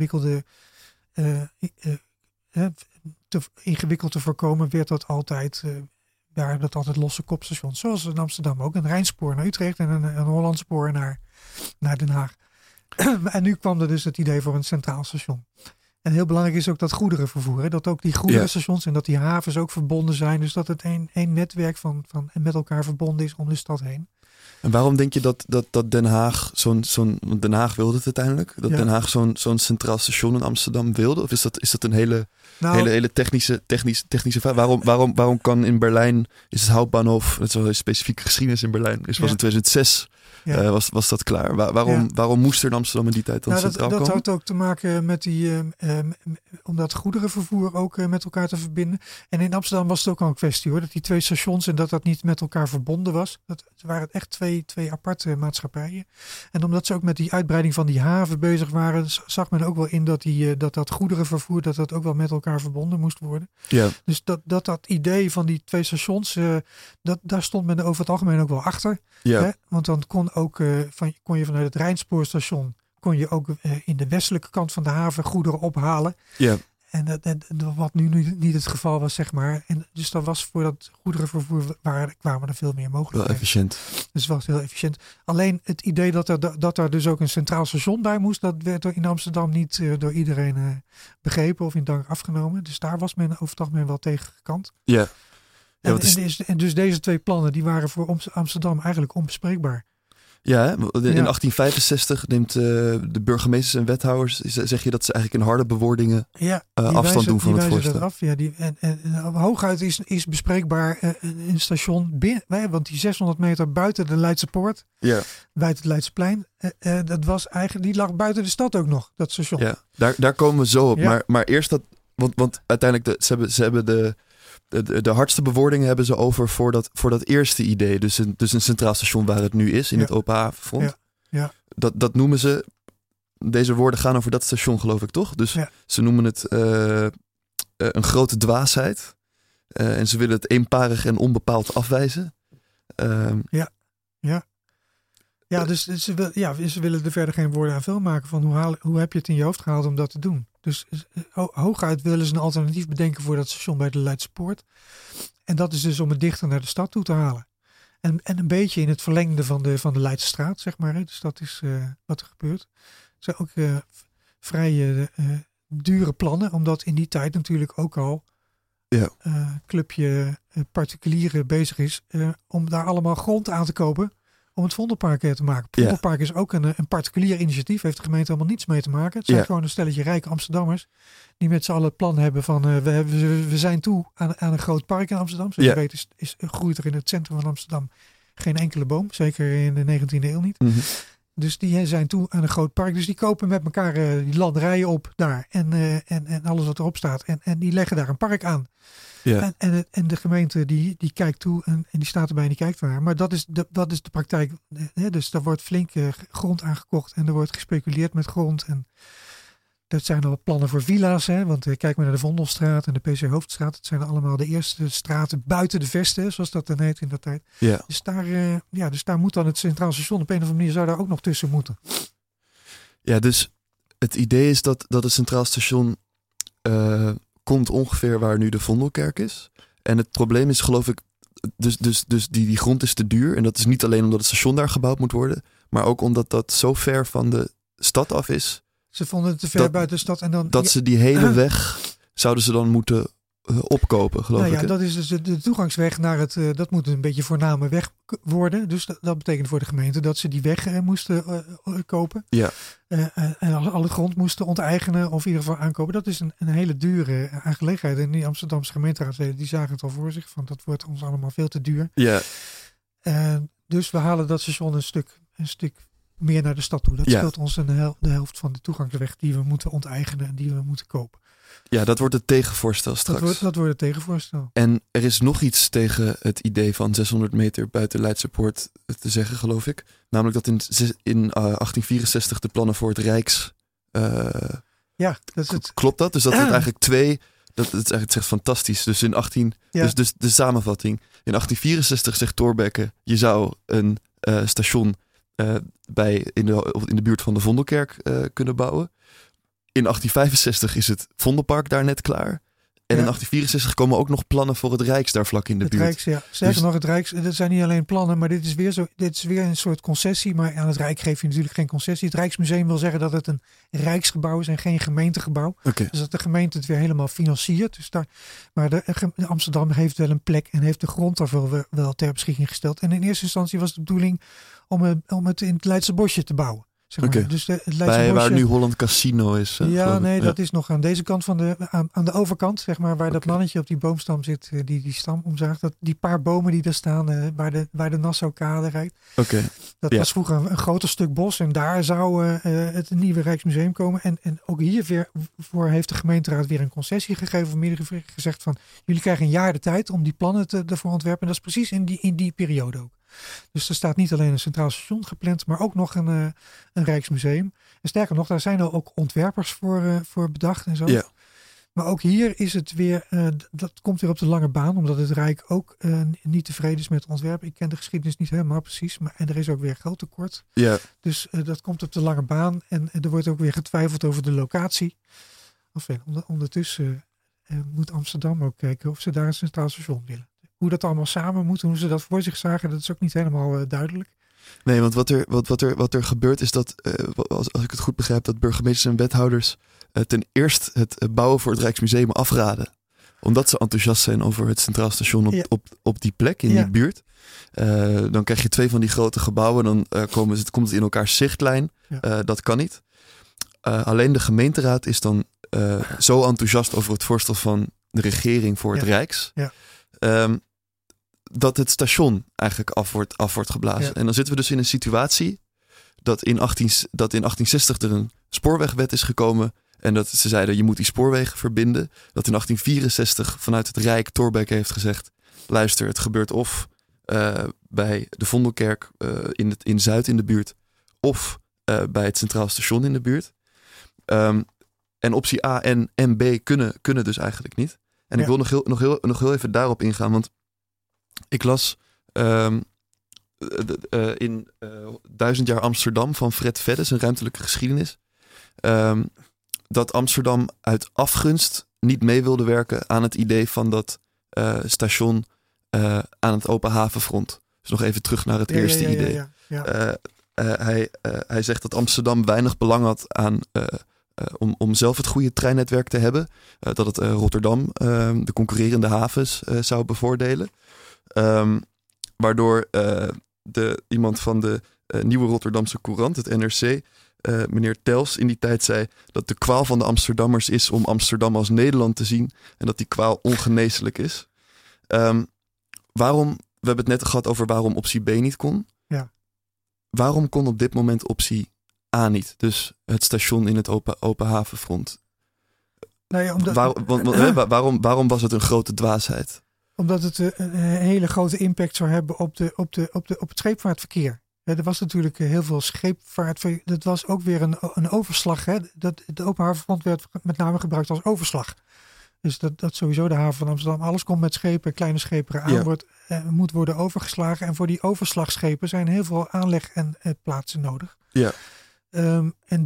ingewikkeld te voorkomen, werd dat altijd, waren dat altijd losse kopstations. Zoals in Amsterdam ook. Een Rijnspoor naar Utrecht en een Hollandspoor naar Den Haag. En nu kwam er dus het idee voor een centraal station. En heel belangrijk is ook dat goederenvervoer. Hè? Dat ook die goederenstations en dat die havens ook verbonden zijn. Dus dat het één netwerk van met elkaar verbonden is om de stad heen. En waarom denk je dat Den Haag Den Haag wilde het uiteindelijk? Dat Den Haag zo'n centraal station in Amsterdam wilde? Of is dat een hele technische vraag? Waarom kan in Berlijn, is het Hauptbahnhof, dat is wel een specifieke geschiedenis in Berlijn, was in 2006 was dat klaar. Waarom moest er in Amsterdam in die tijd dan centraal komen? Dat had ook te maken met om dat goederenvervoer ook met elkaar te verbinden. En in Amsterdam was het ook al een kwestie hoor, dat die 2 stations en dat niet met elkaar verbonden was. Dat waren echt twee aparte maatschappijen. En omdat ze ook met die uitbreiding van die haven bezig waren, zag men ook wel in dat goederenvervoer, dat ook wel met elkaar verbonden moest worden. Ja. Dus dat idee van die 2 stations, daar stond men over het algemeen ook wel achter. Ja. Hè? Want dan kon je vanuit het Rijnspoorstation kon je ook in de westelijke kant van de haven goederen ophalen. Ja. En wat nu niet het geval was, zeg maar. En dus dat was voor dat goederenvervoer kwamen er veel meer mogelijkheden. Wel efficiënt. Dus het was heel efficiënt. Alleen het idee dat er dus ook een centraal station bij moest, dat werd in Amsterdam niet door iedereen begrepen of in dank afgenomen. Dus daar was men over het algemeen wel tegen gekant. Ja. En dus deze 2 plannen die waren voor Amsterdam eigenlijk onbespreekbaar. Ja, in 1865 neemt de burgemeesters en wethouders, zeg je dat ze eigenlijk in harde bewoordingen afstand doen van het voorstel. Dat af. Ja, en hooguit is bespreekbaar een station binnen, want die 600 meter buiten de Leidse Poort, buiten het Leidseplein, dat was eigenlijk, die lag buiten de stad ook nog, dat station. Ja, daar komen we zo op. Ja. Maar eerst dat, want uiteindelijk ze hebben de hardste bewoordingen hebben ze over voor dat eerste idee. Dus een centraal station waar het nu is, in het open havenfront. Ja. Dat noemen ze... Deze woorden gaan over dat station, geloof ik, toch? Dus ze noemen het een grote dwaasheid. En ze willen het eenparig en onbepaald afwijzen. Dus ze willen er verder geen woorden aan vuil maken van hoe heb je het in je hoofd gehaald om dat te doen. Dus hooguit willen ze een alternatief bedenken voor dat station bij de Leidse Poort. En dat is dus om het dichter naar de stad toe te halen. En een beetje in het verlengde van de Leidse straat, zeg maar. Hè. Dus dat is wat er gebeurt. Het zijn ook vrij dure plannen, omdat in die tijd natuurlijk ook al clubje particulieren bezig is om daar allemaal grond aan te kopen om het Vondelpark te maken. Het Vondelpark is ook een particulier initiatief, heeft de gemeente helemaal niets mee te maken. Het zijn gewoon een stelletje rijke Amsterdammers die met z'n allen het plan hebben van we zijn toe aan een groot park in Amsterdam. Zoals je weet groeit er in het centrum van Amsterdam geen enkele boom, zeker in de 19e eeuw niet. Mm-hmm. Dus die zijn toe aan een groot park. Dus die kopen met elkaar die landerijen op daar. En alles wat erop staat. En die leggen daar een park aan. Ja. En de gemeente die kijkt toe. En die staat erbij en die kijkt naar. Maar dat is de praktijk. Dus daar wordt flink grond aangekocht. En er wordt gespeculeerd met grond. En dat zijn al plannen voor villa's. Want kijk maar naar de Vondelstraat en de PC Hoofdstraat. Het zijn allemaal de eerste straten buiten de vesten. Zoals dat dan heet in dat tijd. Ja. Dus daar moet dan het Centraal Station. Op een of andere manier zou daar ook nog tussen moeten. Ja, dus het idee is dat het Centraal Station komt ongeveer waar nu de Vondelkerk is. En het probleem is, geloof ik, dus die grond is te duur. En dat is niet alleen omdat het station daar gebouwd moet worden. Maar ook omdat dat zo ver van de stad af is. Ze vonden het te ver buiten de stad. En dan, dat ze die hele weg zouden ze dan moeten opkopen, geloof ik. Dat is dus de toegangsweg naar het... dat moet een beetje voorname weg worden. Dus dat betekent voor de gemeente dat ze die weg moesten kopen. Ja. En alle grond moesten onteigenen of in ieder geval aankopen. Dat is een hele dure aangelegenheid. En die Amsterdamse gemeenteraadsleden die zagen het al voor zich. Van dat wordt ons allemaal veel te duur. Ja. Dus we halen dat station een stuk meer naar de stad toe. Dat scheelt ons de helft van de toegangsweg die we moeten onteigenen en die we moeten kopen. Ja, dat wordt het tegenvoorstel straks. Dat wordt het tegenvoorstel. En er is nog iets tegen het idee van 600 meter buiten Leidse Poort te zeggen, geloof ik. Namelijk dat in 1864 de plannen voor het Rijks... dat is het. Klopt dat? Dus dat wordt eigenlijk dat is eigenlijk echt fantastisch. Dus dus de samenvatting. In 1864 zegt Thorbecke, je zou een station in de buurt van de Vondelkerk kunnen bouwen. In 1865 is het Vondelpark daar net klaar. En in 1864 komen ook nog plannen voor het Rijks daar vlak in de buurt. Rijks, ja. Sterker nog, het Rijks, dat zijn niet alleen plannen, maar dit is weer een soort concessie. Maar aan het Rijk geef je natuurlijk geen concessie. Het Rijksmuseum wil zeggen dat het een Rijksgebouw is en geen gemeentegebouw. Okay. Dus dat de gemeente het weer helemaal financiert. Dus maar Amsterdam heeft wel een plek en heeft de grond daarvoor wel ter beschikking gesteld. En in eerste instantie was de bedoeling om het in het Leidse Bosje te bouwen. Zeg maar. Dus het Leidse Bosje, waar nu Holland Casino is. Dat is nog aan deze kant aan de overkant, zeg maar, waar dat mannetje op die boomstam zit, die stam omzaagt. Die paar bomen die daar staan, waar de Nassaukade rijdt. Dat was vroeger een groter stuk bos en daar zou het nieuwe Rijksmuseum komen. En ook hiervoor heeft de gemeenteraad weer een concessie gegeven, of meer gezegd van, jullie krijgen een jaar de tijd om die plannen ervoor ontwerpen. En dat is precies in die periode ook. Dus er staat niet alleen een centraal station gepland, maar ook nog een Rijksmuseum. En sterker nog, daar zijn er ook ontwerpers voor bedacht en zo. Ja. Maar ook hier is het weer, dat komt weer op de lange baan, omdat het Rijk ook niet tevreden is met het ontwerp. Ik ken de geschiedenis niet helemaal precies, en er is ook weer geldtekort. Ja. Dus dat komt op de lange baan en er wordt ook weer getwijfeld over de locatie. Ondertussen moet Amsterdam ook kijken of ze daar een centraal station willen. Hoe dat allemaal samen moet, hoe ze dat voor zich zagen, dat is ook niet helemaal duidelijk. Nee, want wat er gebeurt is dat, als ik het goed begrijp, dat burgemeesters en wethouders ten eerste het bouwen voor het Rijksmuseum afraden. Omdat ze enthousiast zijn over het Centraal Station op die plek, in die buurt. Dan krijg je 2 van die grote gebouwen, dan komt het in elkaars zichtlijn. Ja. Dat kan niet. Alleen de gemeenteraad is dan zo enthousiast over het voorstel van de regering voor het Rijks. Ja. Dat het station eigenlijk af wordt geblazen. Ja. En dan zitten we dus in een situatie dat in 1860 er een spoorwegwet is gekomen En dat ze zeiden, je moet die spoorwegen verbinden. Dat in 1864 vanuit het Rijk Thorbecke heeft gezegd, luister, het gebeurt of bij de Vondelkerk in Zuid in de buurt, of bij het Centraal Station in de buurt. En optie A en B kunnen dus eigenlijk niet. En ik wil nog heel even daarop ingaan, want ik las in 1000 jaar Amsterdam van Fred Veddes, een ruimtelijke geschiedenis, dat Amsterdam uit afgunst niet mee wilde werken aan het idee van dat station aan het open havenfront. Dus nog even terug naar het eerste idee. Hij zegt dat Amsterdam weinig belang had aan om zelf het goede treinnetwerk te hebben. Dat het Rotterdam, de concurrerende havens, zou bevoordelen. Waardoor iemand van de Nieuwe Rotterdamse Courant, het NRC, meneer Tels, in die tijd zei dat de kwaal van de Amsterdammers is om Amsterdam als Nederland te zien en dat die kwaal ongeneeslijk is. We hebben het net gehad over waarom optie B niet kon. Ja. Waarom kon op dit moment optie A niet? Dus het station in het open havenfront. Nou ja, waarom was het een grote dwaasheid? Omdat het een hele grote impact zou hebben op het scheepvaartverkeer. Er was natuurlijk heel veel scheepvaart. Dat was ook weer een overslag. Hè? De open havenfront werd met name gebruikt als overslag. Dus dat sowieso de haven van Amsterdam. Alles komt met schepen, kleine schepen aan. Moet worden overgeslagen. En voor die overslagschepen zijn heel veel aanleg en plaatsen nodig. Ja. En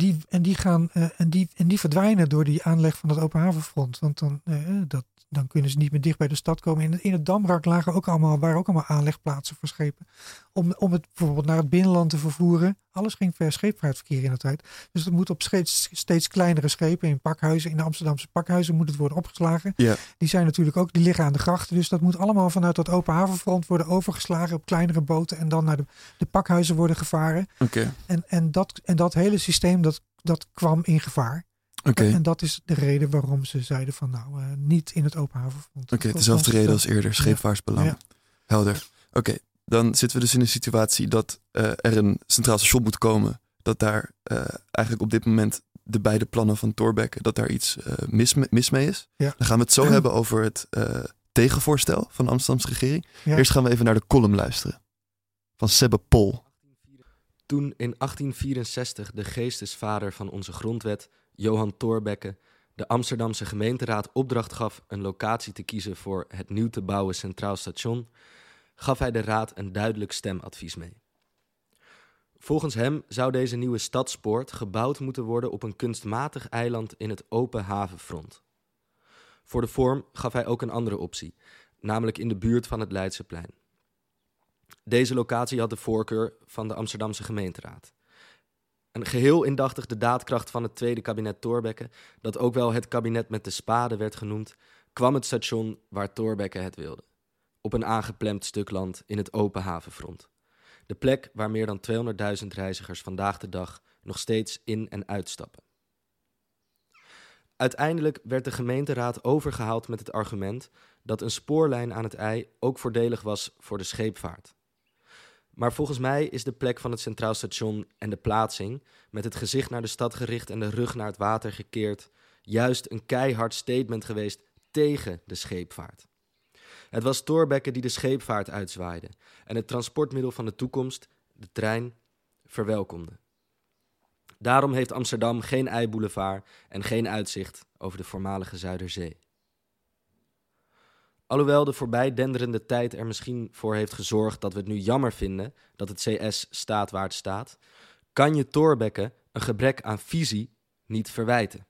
die verdwijnen door die aanleg van het open havenfront. Want dan kunnen ze niet meer dicht bij de stad komen. In het Damrak waren ook allemaal aanlegplaatsen voor schepen. Om het bijvoorbeeld naar het binnenland te vervoeren. Alles ging per scheepvaartverkeer in de tijd. Dus het moet op steeds kleinere schepen. In pakhuizen, in de Amsterdamse pakhuizen moet het worden opgeslagen. Ja. Die liggen aan de grachten. Dus dat moet allemaal vanuit dat open havenfront worden overgeslagen op kleinere boten. En dan naar de pakhuizen worden gevaren. Okay. En dat hele systeem dat kwam in gevaar. Okay. En dat is de reden waarom ze zeiden van niet in het open havenfront. Oké, dezelfde reden als eerder, scheepvaartsbelang. Ja. Helder. Oké, dan zitten we dus in een situatie dat er een centraal station moet komen. Dat daar eigenlijk op dit moment de beide plannen van Thorbecke, dat daar iets mis mee is. Ja. Dan gaan we het zo hebben over het tegenvoorstel van de Amsterdamse regering. Ja. Eerst gaan we even naar de column luisteren van Sebbe Pol. Toen in 1864 de geestesvader van onze grondwet, Johan Thorbecke, de Amsterdamse gemeenteraad opdracht gaf een locatie te kiezen voor het nieuw te bouwen Centraal Station, gaf hij de raad een duidelijk stemadvies mee. Volgens hem zou deze nieuwe stadspoort gebouwd moeten worden op een kunstmatig eiland in het open havenfront. Voor de vorm gaf hij ook een andere optie, namelijk in de buurt van het Leidseplein. Deze locatie had de voorkeur van de Amsterdamse gemeenteraad. En geheel indachtig de daadkracht van het tweede kabinet Thorbecke, dat ook wel het kabinet met de spade werd genoemd, kwam het station waar Thorbecke het wilde. Op een aangeplemd stuk land in het open havenfront. De plek waar meer dan 200.000 reizigers vandaag de dag nog steeds in- en uitstappen. Uiteindelijk werd de gemeenteraad overgehaald met het argument dat een spoorlijn aan het IJ ook voordelig was voor de scheepvaart. Maar volgens mij is de plek van het Centraal Station en de plaatsing, met het gezicht naar de stad gericht en de rug naar het water gekeerd, juist een keihard statement geweest tegen de scheepvaart. Het was Thorbecke die de scheepvaart uitzwaaide en het transportmiddel van de toekomst, de trein, verwelkomde. Daarom heeft Amsterdam geen IJ-boulevard en geen uitzicht over de voormalige Zuiderzee. Alhoewel de voorbij denderende tijd er misschien voor heeft gezorgd dat we het nu jammer vinden dat het CS staat waar het staat, kan je Thorbecke een gebrek aan visie niet verwijten.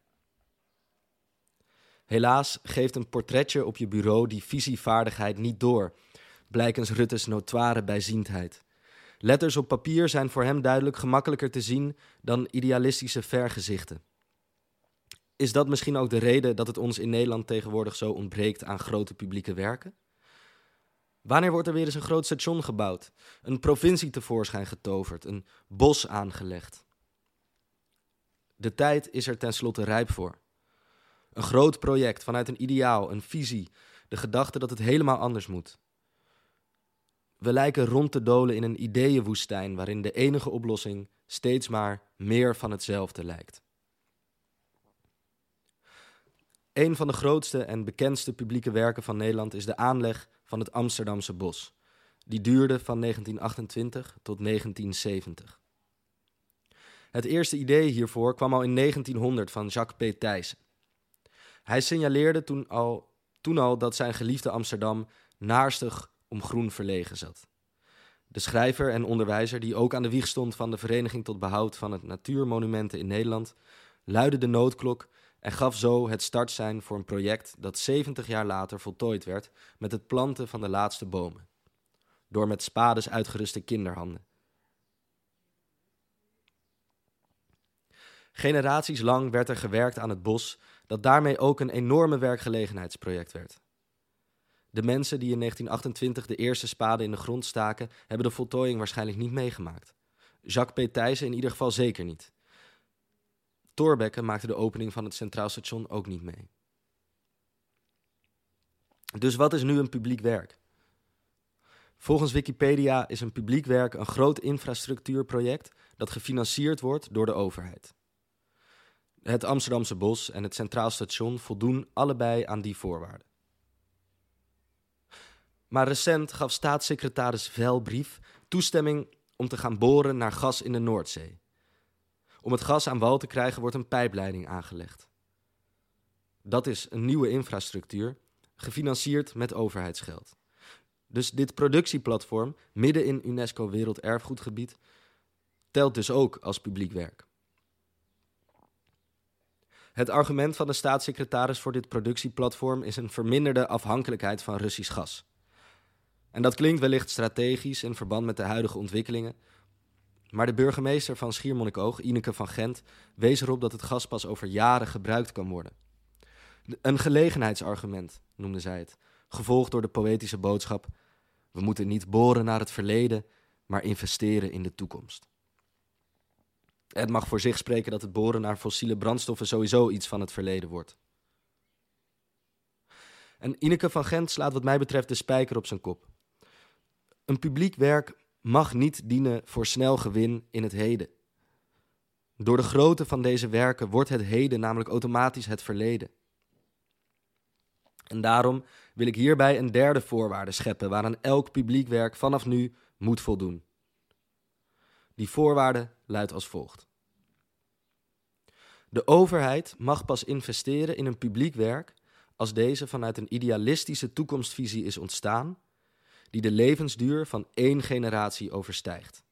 Helaas geeft een portretje op je bureau die visievaardigheid niet door, blijkens Rutte's notoire bijziendheid. Letters op papier zijn voor hem duidelijk gemakkelijker te zien dan idealistische vergezichten. Is dat misschien ook de reden dat het ons in Nederland tegenwoordig zo ontbreekt aan grote publieke werken? Wanneer wordt er weer eens een groot station gebouwd, een provincie tevoorschijn getoverd, een bos aangelegd? De tijd is er tenslotte rijp voor. Een groot project vanuit een ideaal, een visie, de gedachte dat het helemaal anders moet. We lijken rond te dolen in een ideeënwoestijn waarin de enige oplossing steeds maar meer van hetzelfde lijkt. Een van de grootste en bekendste publieke werken van Nederland is de aanleg van het Amsterdamse Bos. Die duurde van 1928 tot 1970. Het eerste idee hiervoor kwam al in 1900 van Jacques P. Thijssen. Hij signaleerde toen al dat zijn geliefde Amsterdam naarstig om groen verlegen zat. De schrijver en onderwijzer, die ook aan de wieg stond van de Vereniging tot Behoud van het Natuurmonumenten in Nederland, luidde de noodklok en gaf zo het startsein voor een project dat 70 jaar later voltooid werd met het planten van de laatste bomen. Door met spades uitgeruste kinderhanden. Generaties lang werd er gewerkt aan het bos, dat daarmee ook een enorme werkgelegenheidsproject werd. De mensen die in 1928 de eerste spade in de grond staken, hebben de voltooiing waarschijnlijk niet meegemaakt. Jacques P. Thijssen in ieder geval zeker niet. Thorbecke maakte de opening van het Centraal Station ook niet mee. Dus wat is nu een publiek werk? Volgens Wikipedia is een publiek werk een groot infrastructuurproject dat gefinancierd wordt door de overheid. Het Amsterdamse Bos en het Centraal Station voldoen allebei aan die voorwaarden. Maar recent gaf staatssecretaris Velbrief toestemming om te gaan boren naar gas in de Noordzee. Om het gas aan wal te krijgen wordt een pijpleiding aangelegd. Dat is een nieuwe infrastructuur, gefinancierd met overheidsgeld. Dus dit productieplatform, midden in UNESCO Werelderfgoedgebied, telt dus ook als publiek werk. Het argument van de staatssecretaris voor dit productieplatform is een verminderde afhankelijkheid van Russisch gas. En dat klinkt wellicht strategisch in verband met de huidige ontwikkelingen, maar de burgemeester van Schiermonnikoog, Ineke van Gent, wees erop dat het gas pas over jaren gebruikt kan worden. Een gelegenheidsargument, noemde zij het, gevolgd door de poëtische boodschap: we moeten niet boren naar het verleden, maar investeren in de toekomst. Het mag voor zich spreken dat het boren naar fossiele brandstoffen sowieso iets van het verleden wordt. En Ineke van Gent slaat wat mij betreft de spijker op zijn kop. Een publiek werk mag niet dienen voor snel gewin in het heden. Door de grootte van deze werken wordt het heden namelijk automatisch het verleden. En daarom wil ik hierbij een derde voorwaarde scheppen waaraan elk publiek werk vanaf nu moet voldoen. Die voorwaarde luidt als volgt. De overheid mag pas investeren in een publiek werk als deze vanuit een idealistische toekomstvisie is ontstaan, die de levensduur van 1 generatie overstijgt.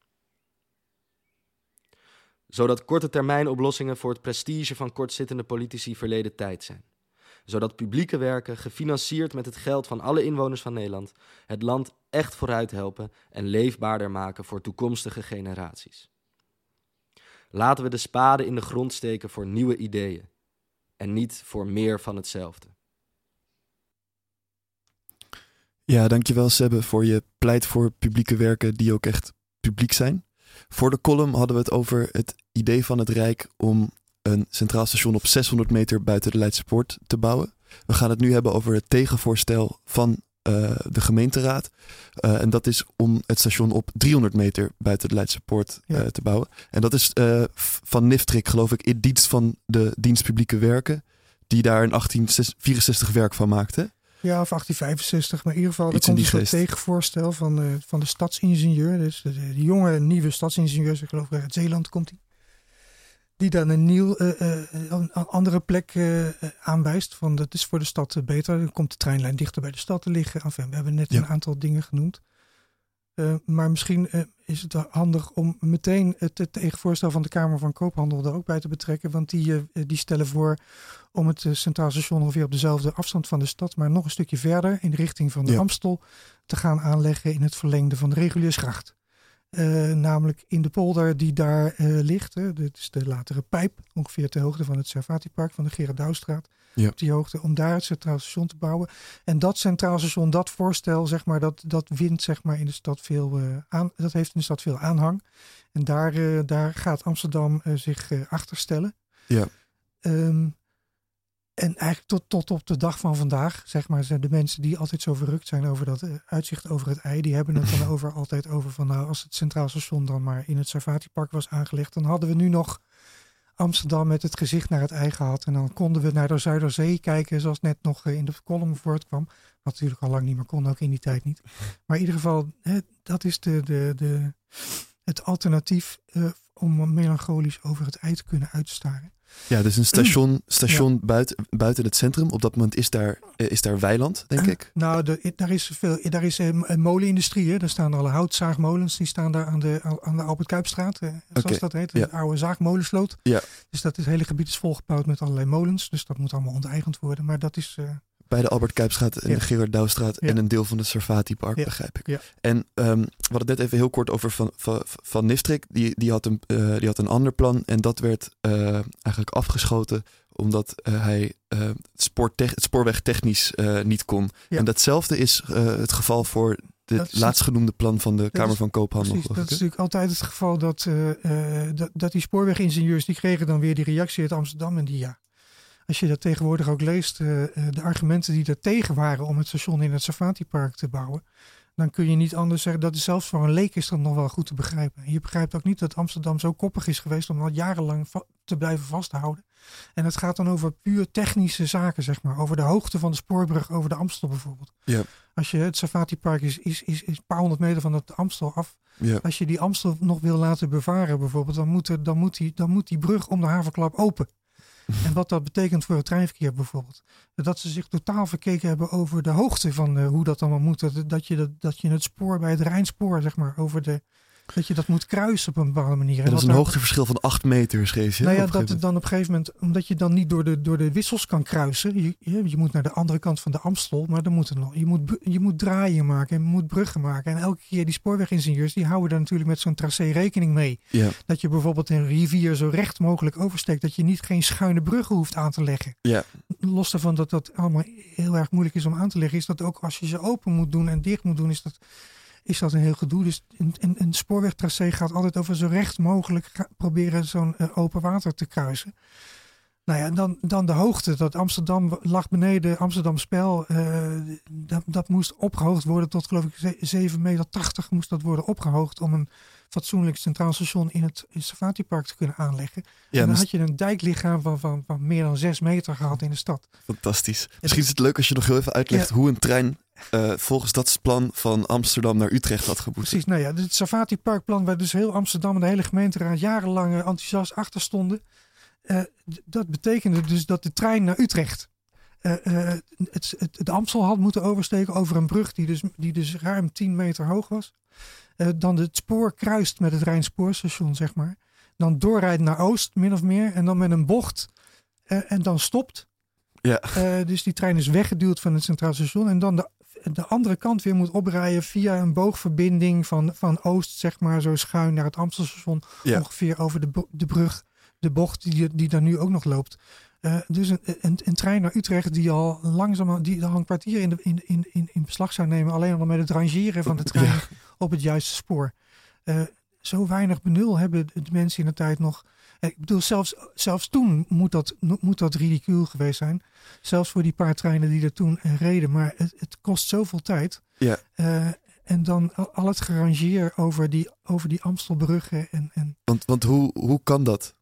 Zodat korte termijn oplossingen voor het prestige van kortzittende politici verleden tijd zijn. Zodat publieke werken, gefinancierd met het geld van alle inwoners van Nederland, het land echt vooruit helpen en leefbaarder maken voor toekomstige generaties. Laten we de spade in de grond steken voor nieuwe ideeën en niet voor meer van hetzelfde. Ja, dankjewel Sebbe voor je pleit voor publieke werken die ook echt publiek zijn. Voor de column hadden we het over het idee van het Rijk om een centraal station op 600 meter buiten de Leidse Poort te bouwen. We gaan het nu hebben over het tegenvoorstel van de gemeenteraad. En dat is om het station op 300 meter buiten de Leidse Poort te bouwen. En dat is van Niftrik, geloof ik, in dienst van de dienst publieke werken, die daar in 1864 werk van maakte. Ja, of 1865, maar in ieder geval er komt dus een tegenvoorstel van de stadsingenieur. Dus de jonge, nieuwe stadsingenieur, ik geloof uit Zeeland komt hij. Die dan een andere plek aanwijst. Van dat is voor de stad beter. Dan komt de treinlijn dichter bij de stad te liggen. Enfin, we hebben net een aantal dingen genoemd. Maar misschien is het wel handig om meteen het tegenvoorstel van de Kamer van Koophandel er ook bij te betrekken. Want die stellen voor om het Centraal Station ongeveer op dezelfde afstand van de stad, maar nog een stukje verder in de richting van de Amstel te gaan aanleggen in het verlengde van de Reguliersgracht. Namelijk in de polder die daar ligt. Dit is de latere pijp, ongeveer ter hoogte van het Servatipark van de Gerard Douwstraat. Ja. Op die hoogte, om daar het Centraal Station te bouwen. En dat Centraal Station, dat voorstel, zeg maar, dat wint zeg maar in de stad veel aan. Dat heeft in de stad veel aanhang. En daar gaat Amsterdam zich achter stellen. Ja. En eigenlijk tot op de dag van vandaag, zeg maar, zijn de mensen die altijd zo verrukt zijn over dat uitzicht over het IJ, die hebben het dan altijd over van, nou, als het Centraal Station dan maar in het Servatipark was aangelegd, dan hadden we nu nog Amsterdam met het gezicht naar het ei gehad. En dan konden we naar de Zuiderzee kijken, zoals net nog in de column voortkwam. Wat natuurlijk al lang niet meer kon, ook in die tijd niet. Maar in ieder geval, dat is het alternatief om melancholisch over het ei te kunnen uitstaren. Ja, dus een station buiten het centrum. Op dat moment is daar weiland, denk ik. Nou, daar is een molenindustrie. Hè. Daar staan alle houtzaagmolens. Die staan daar aan de Albert Kuipstraat. Zoals dat heet. Een oude zaagmolensloot. Ja. Dus het hele gebied is volgebouwd met allerlei molens. Dus dat moet allemaal onteigend worden. Maar dat is... Bij de Albert Kuipstraat en de Gerard Douwstraat en een deel van het Sarfati Park, begrijp ik. Ja. En we hadden net even heel kort over Van Niftrik. Die had een ander plan en dat werd eigenlijk afgeschoten omdat hij het spoorwegtechnisch niet kon. Ja. En datzelfde is het geval voor het laatstgenoemde plan van de Kamer van Koophandel. Precies, dat is natuurlijk altijd het geval dat die spoorwegingenieurs, die kregen dan weer die reactie uit Amsterdam en als je dat tegenwoordig ook leest, de argumenten die er tegen waren om het station in het Sarfati-park te bouwen, dan kun je niet anders zeggen dat zelfs voor een leek is dat nog wel goed te begrijpen. En je begrijpt ook niet dat Amsterdam zo koppig is geweest om dat jarenlang te blijven vasthouden. En het gaat dan over puur technische zaken, zeg maar. Over de hoogte van de spoorbrug over de Amstel bijvoorbeeld. Ja. Als je het Sarfati-park is een paar honderd meter van de Amstel af. Ja. Als je die Amstel nog wil laten bevaren bijvoorbeeld, dan moet die brug om de Haverklap open. En wat dat betekent voor het treinverkeer bijvoorbeeld. Dat ze zich totaal verkeken hebben over de hoogte van hoe dat allemaal moet. Dat je het spoor bij het Rijnspoor, zeg maar, dat je dat moet kruisen op een bepaalde manier. En dat is een hoogteverschil van 8 meter, schreef je? Nou ja, dat dan op een gegeven moment, omdat je dan niet door de wissels kan kruisen. Je moet naar de andere kant van de Amstel, maar dan je moet draaien maken en je moet bruggen maken. En elke keer die spoorwegingenieurs, die houden daar natuurlijk met zo'n tracé rekening mee. Ja. Dat je bijvoorbeeld een rivier zo recht mogelijk oversteekt, dat je geen schuine bruggen hoeft aan te leggen. Ja. Los daarvan dat dat allemaal heel erg moeilijk is om aan te leggen, is dat ook als je ze open moet doen en dicht moet doen, is dat een heel gedoe. Dus een spoorwegtracé gaat altijd over zo recht mogelijk proberen zo'n open water te kruisen. Nou ja, dan de hoogte. Dat Amsterdam lag beneden Amsterdam-Spel. Dat moest opgehoogd worden tot, geloof ik, 7,80 meter moest dat worden opgehoogd om een fatsoenlijk centraal station in het Sarfati-park te kunnen aanleggen. Ja, en dan had je een dijklichaam van meer dan 6 meter gehad in de stad. Fantastisch. Misschien is het leuk als je nog heel even uitlegt hoe een trein volgens dat plan van Amsterdam naar Utrecht had geboet. Precies, nou ja, het Sarfati-parkplan waar dus heel Amsterdam en de hele gemeenteraad jarenlang enthousiast achter stonden. Dat betekende dus dat de trein naar Utrecht de Amstel had moeten oversteken over een brug die dus ruim 10 meter hoog was. Dan het spoor kruist met het Rijnspoorstation, zeg maar. Dan doorrijdt naar Oost, min of meer. En dan met een bocht. En dan stopt. Ja. Dus die trein is weggeduwd van het Centraal Station. En dan de andere kant weer moet oprijden via een boogverbinding van Oost, zeg maar, zo schuin naar het Amstelstation. Ja. Ongeveer over de brug, de bocht die daar nu ook nog loopt. Dus een trein naar Utrecht die al langzaam die al een kwartier in beslag zou nemen. Alleen al met het rangeren van de trein op het juiste spoor. Zo weinig benul hebben de mensen in de tijd nog. Ik bedoel, zelfs toen moet dat ridicuul geweest zijn. Zelfs voor die paar treinen die er toen reden. Maar het kost zoveel tijd. Ja. En dan al het gerangeer over die Amstelbruggen. Want hoe kan dat?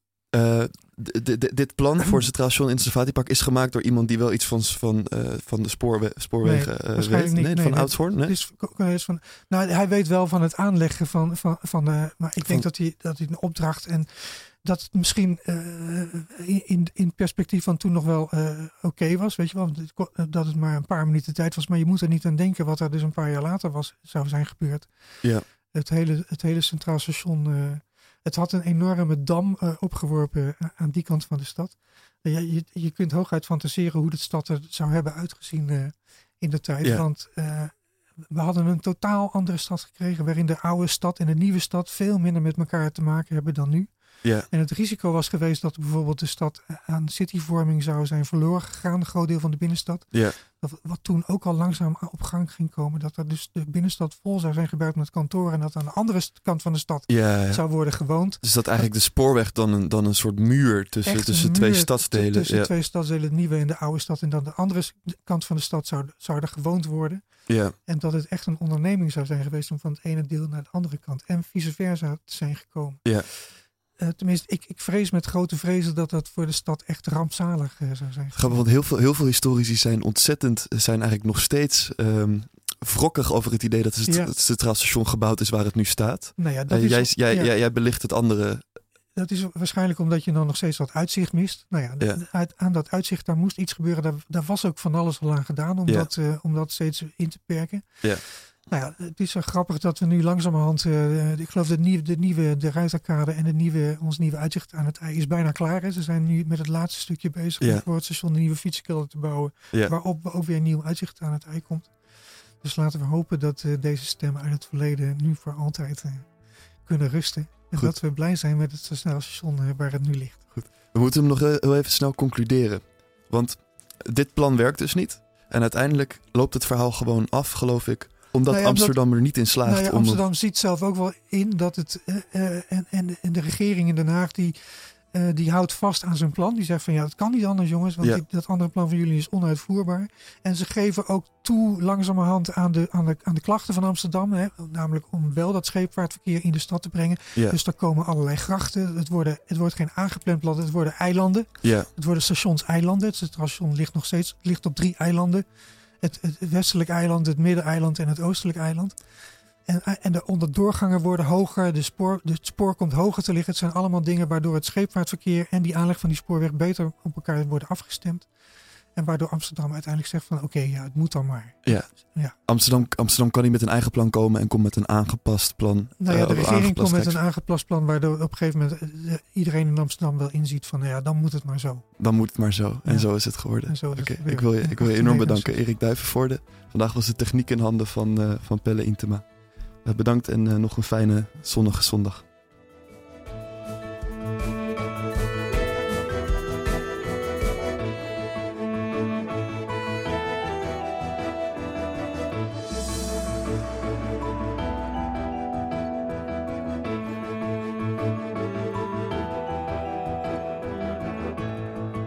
Dit plan voor het Centraal Station in het Sarfati-park is gemaakt door iemand die wel iets van de spoorwegen weet. Nee, van Oudshoorn? Nee? Hij weet wel van het aanleggen van maar ik denk dat hij een opdracht en dat het misschien in perspectief van toen nog wel oké was. Weet je wel, dat het maar een paar minuten tijd was. Maar je moet er niet aan denken wat er dus een paar jaar later zou zijn gebeurd. Ja. Het hele Centraal Station. Het had een enorme dam opgeworpen aan die kant van de stad. Je kunt hooguit fantaseren hoe de stad er zou hebben uitgezien in de tijd. Ja. Want we hadden een totaal andere stad gekregen, waarin de oude stad en de nieuwe stad veel minder met elkaar te maken hebben dan nu. Ja. En het risico was geweest dat bijvoorbeeld de stad aan cityvorming zou zijn verloren gegaan, een groot deel van de binnenstad. Ja. Wat toen ook al langzaam op gang ging komen, dat er dus de binnenstad vol zou zijn gebouwd met kantoren en dat aan de andere kant van de stad zou worden gewoond. Dus dat eigenlijk de spoorweg dan een soort muur tussen twee stadsdelen. Tussen twee stadsdelen, de nieuwe en de oude stad. En dan de andere kant van de stad zou er gewoond worden. Ja. En dat het echt een onderneming zou zijn geweest om van het ene deel naar de andere kant en vice versa te zijn gekomen. Ja. tenminste, ik vrees met grote vrezen dat voor de stad echt rampzalig zou zijn. Want heel veel historici zijn eigenlijk nog steeds wrokkig over het idee dat het Centraal Station gebouwd is waar het nu staat. Nou ja, jij belicht het andere. Dat is waarschijnlijk omdat je dan nog steeds dat uitzicht mist. Nou ja, aan dat uitzicht, daar moest iets gebeuren. Daar was ook van alles al aan gedaan om dat steeds in te perken. Ja. Nou ja, het is zo grappig dat we nu langzamerhand, ik geloof de Ruiterkade en ons nieuwe uitzicht aan het IJ is bijna klaar. Hè. Ze zijn nu met het laatste stukje bezig om voor het station een nieuwe fietskelder te bouwen. Ja. Waarop ook weer een nieuw uitzicht aan het IJ komt. Dus laten we hopen dat deze stemmen uit het verleden nu voor altijd kunnen rusten. En dat we blij zijn met het Centraal Station waar het nu ligt. Goed. We moeten hem nog heel even snel concluderen. Want dit plan werkt dus niet. En uiteindelijk loopt het verhaal gewoon af, geloof ik. Omdat Amsterdam er niet in slaagt. Amsterdam ziet zelf ook wel in dat het... en de regering in Den Haag die houdt vast aan zijn plan. Die zegt van dat kan niet anders jongens. Want dat andere plan van jullie is onuitvoerbaar. En ze geven ook toe langzamerhand aan de klachten van Amsterdam. Hè, namelijk om wel dat scheepvaartverkeer in de stad te brengen. Ja. Dus er komen allerlei grachten. Het wordt geen aangepland plan. Het worden eilanden. Ja. Het worden stationseilanden. Het station ligt op 3 eilanden. Het westelijk eiland, het middeneiland en het oostelijk eiland. En de onderdoorgangen worden hoger, het spoor komt hoger te liggen. Het zijn allemaal dingen waardoor het scheepvaartverkeer en die aanleg van die spoorweg beter op elkaar worden afgestemd. En waardoor Amsterdam uiteindelijk zegt van het moet dan maar. Ja. Amsterdam kan niet met een eigen plan komen en komt met een aangepast plan. De regering komt met een aangepast plan waardoor op een gegeven moment iedereen in Amsterdam wel inziet van dan moet het maar zo. Dan moet het maar zo. En zo is het geworden. Ik wil je enorm bedanken, Erik Duivenvoorde. Vandaag was de techniek in handen van Pelle Intema. Bedankt en nog een fijne zonnige zondag.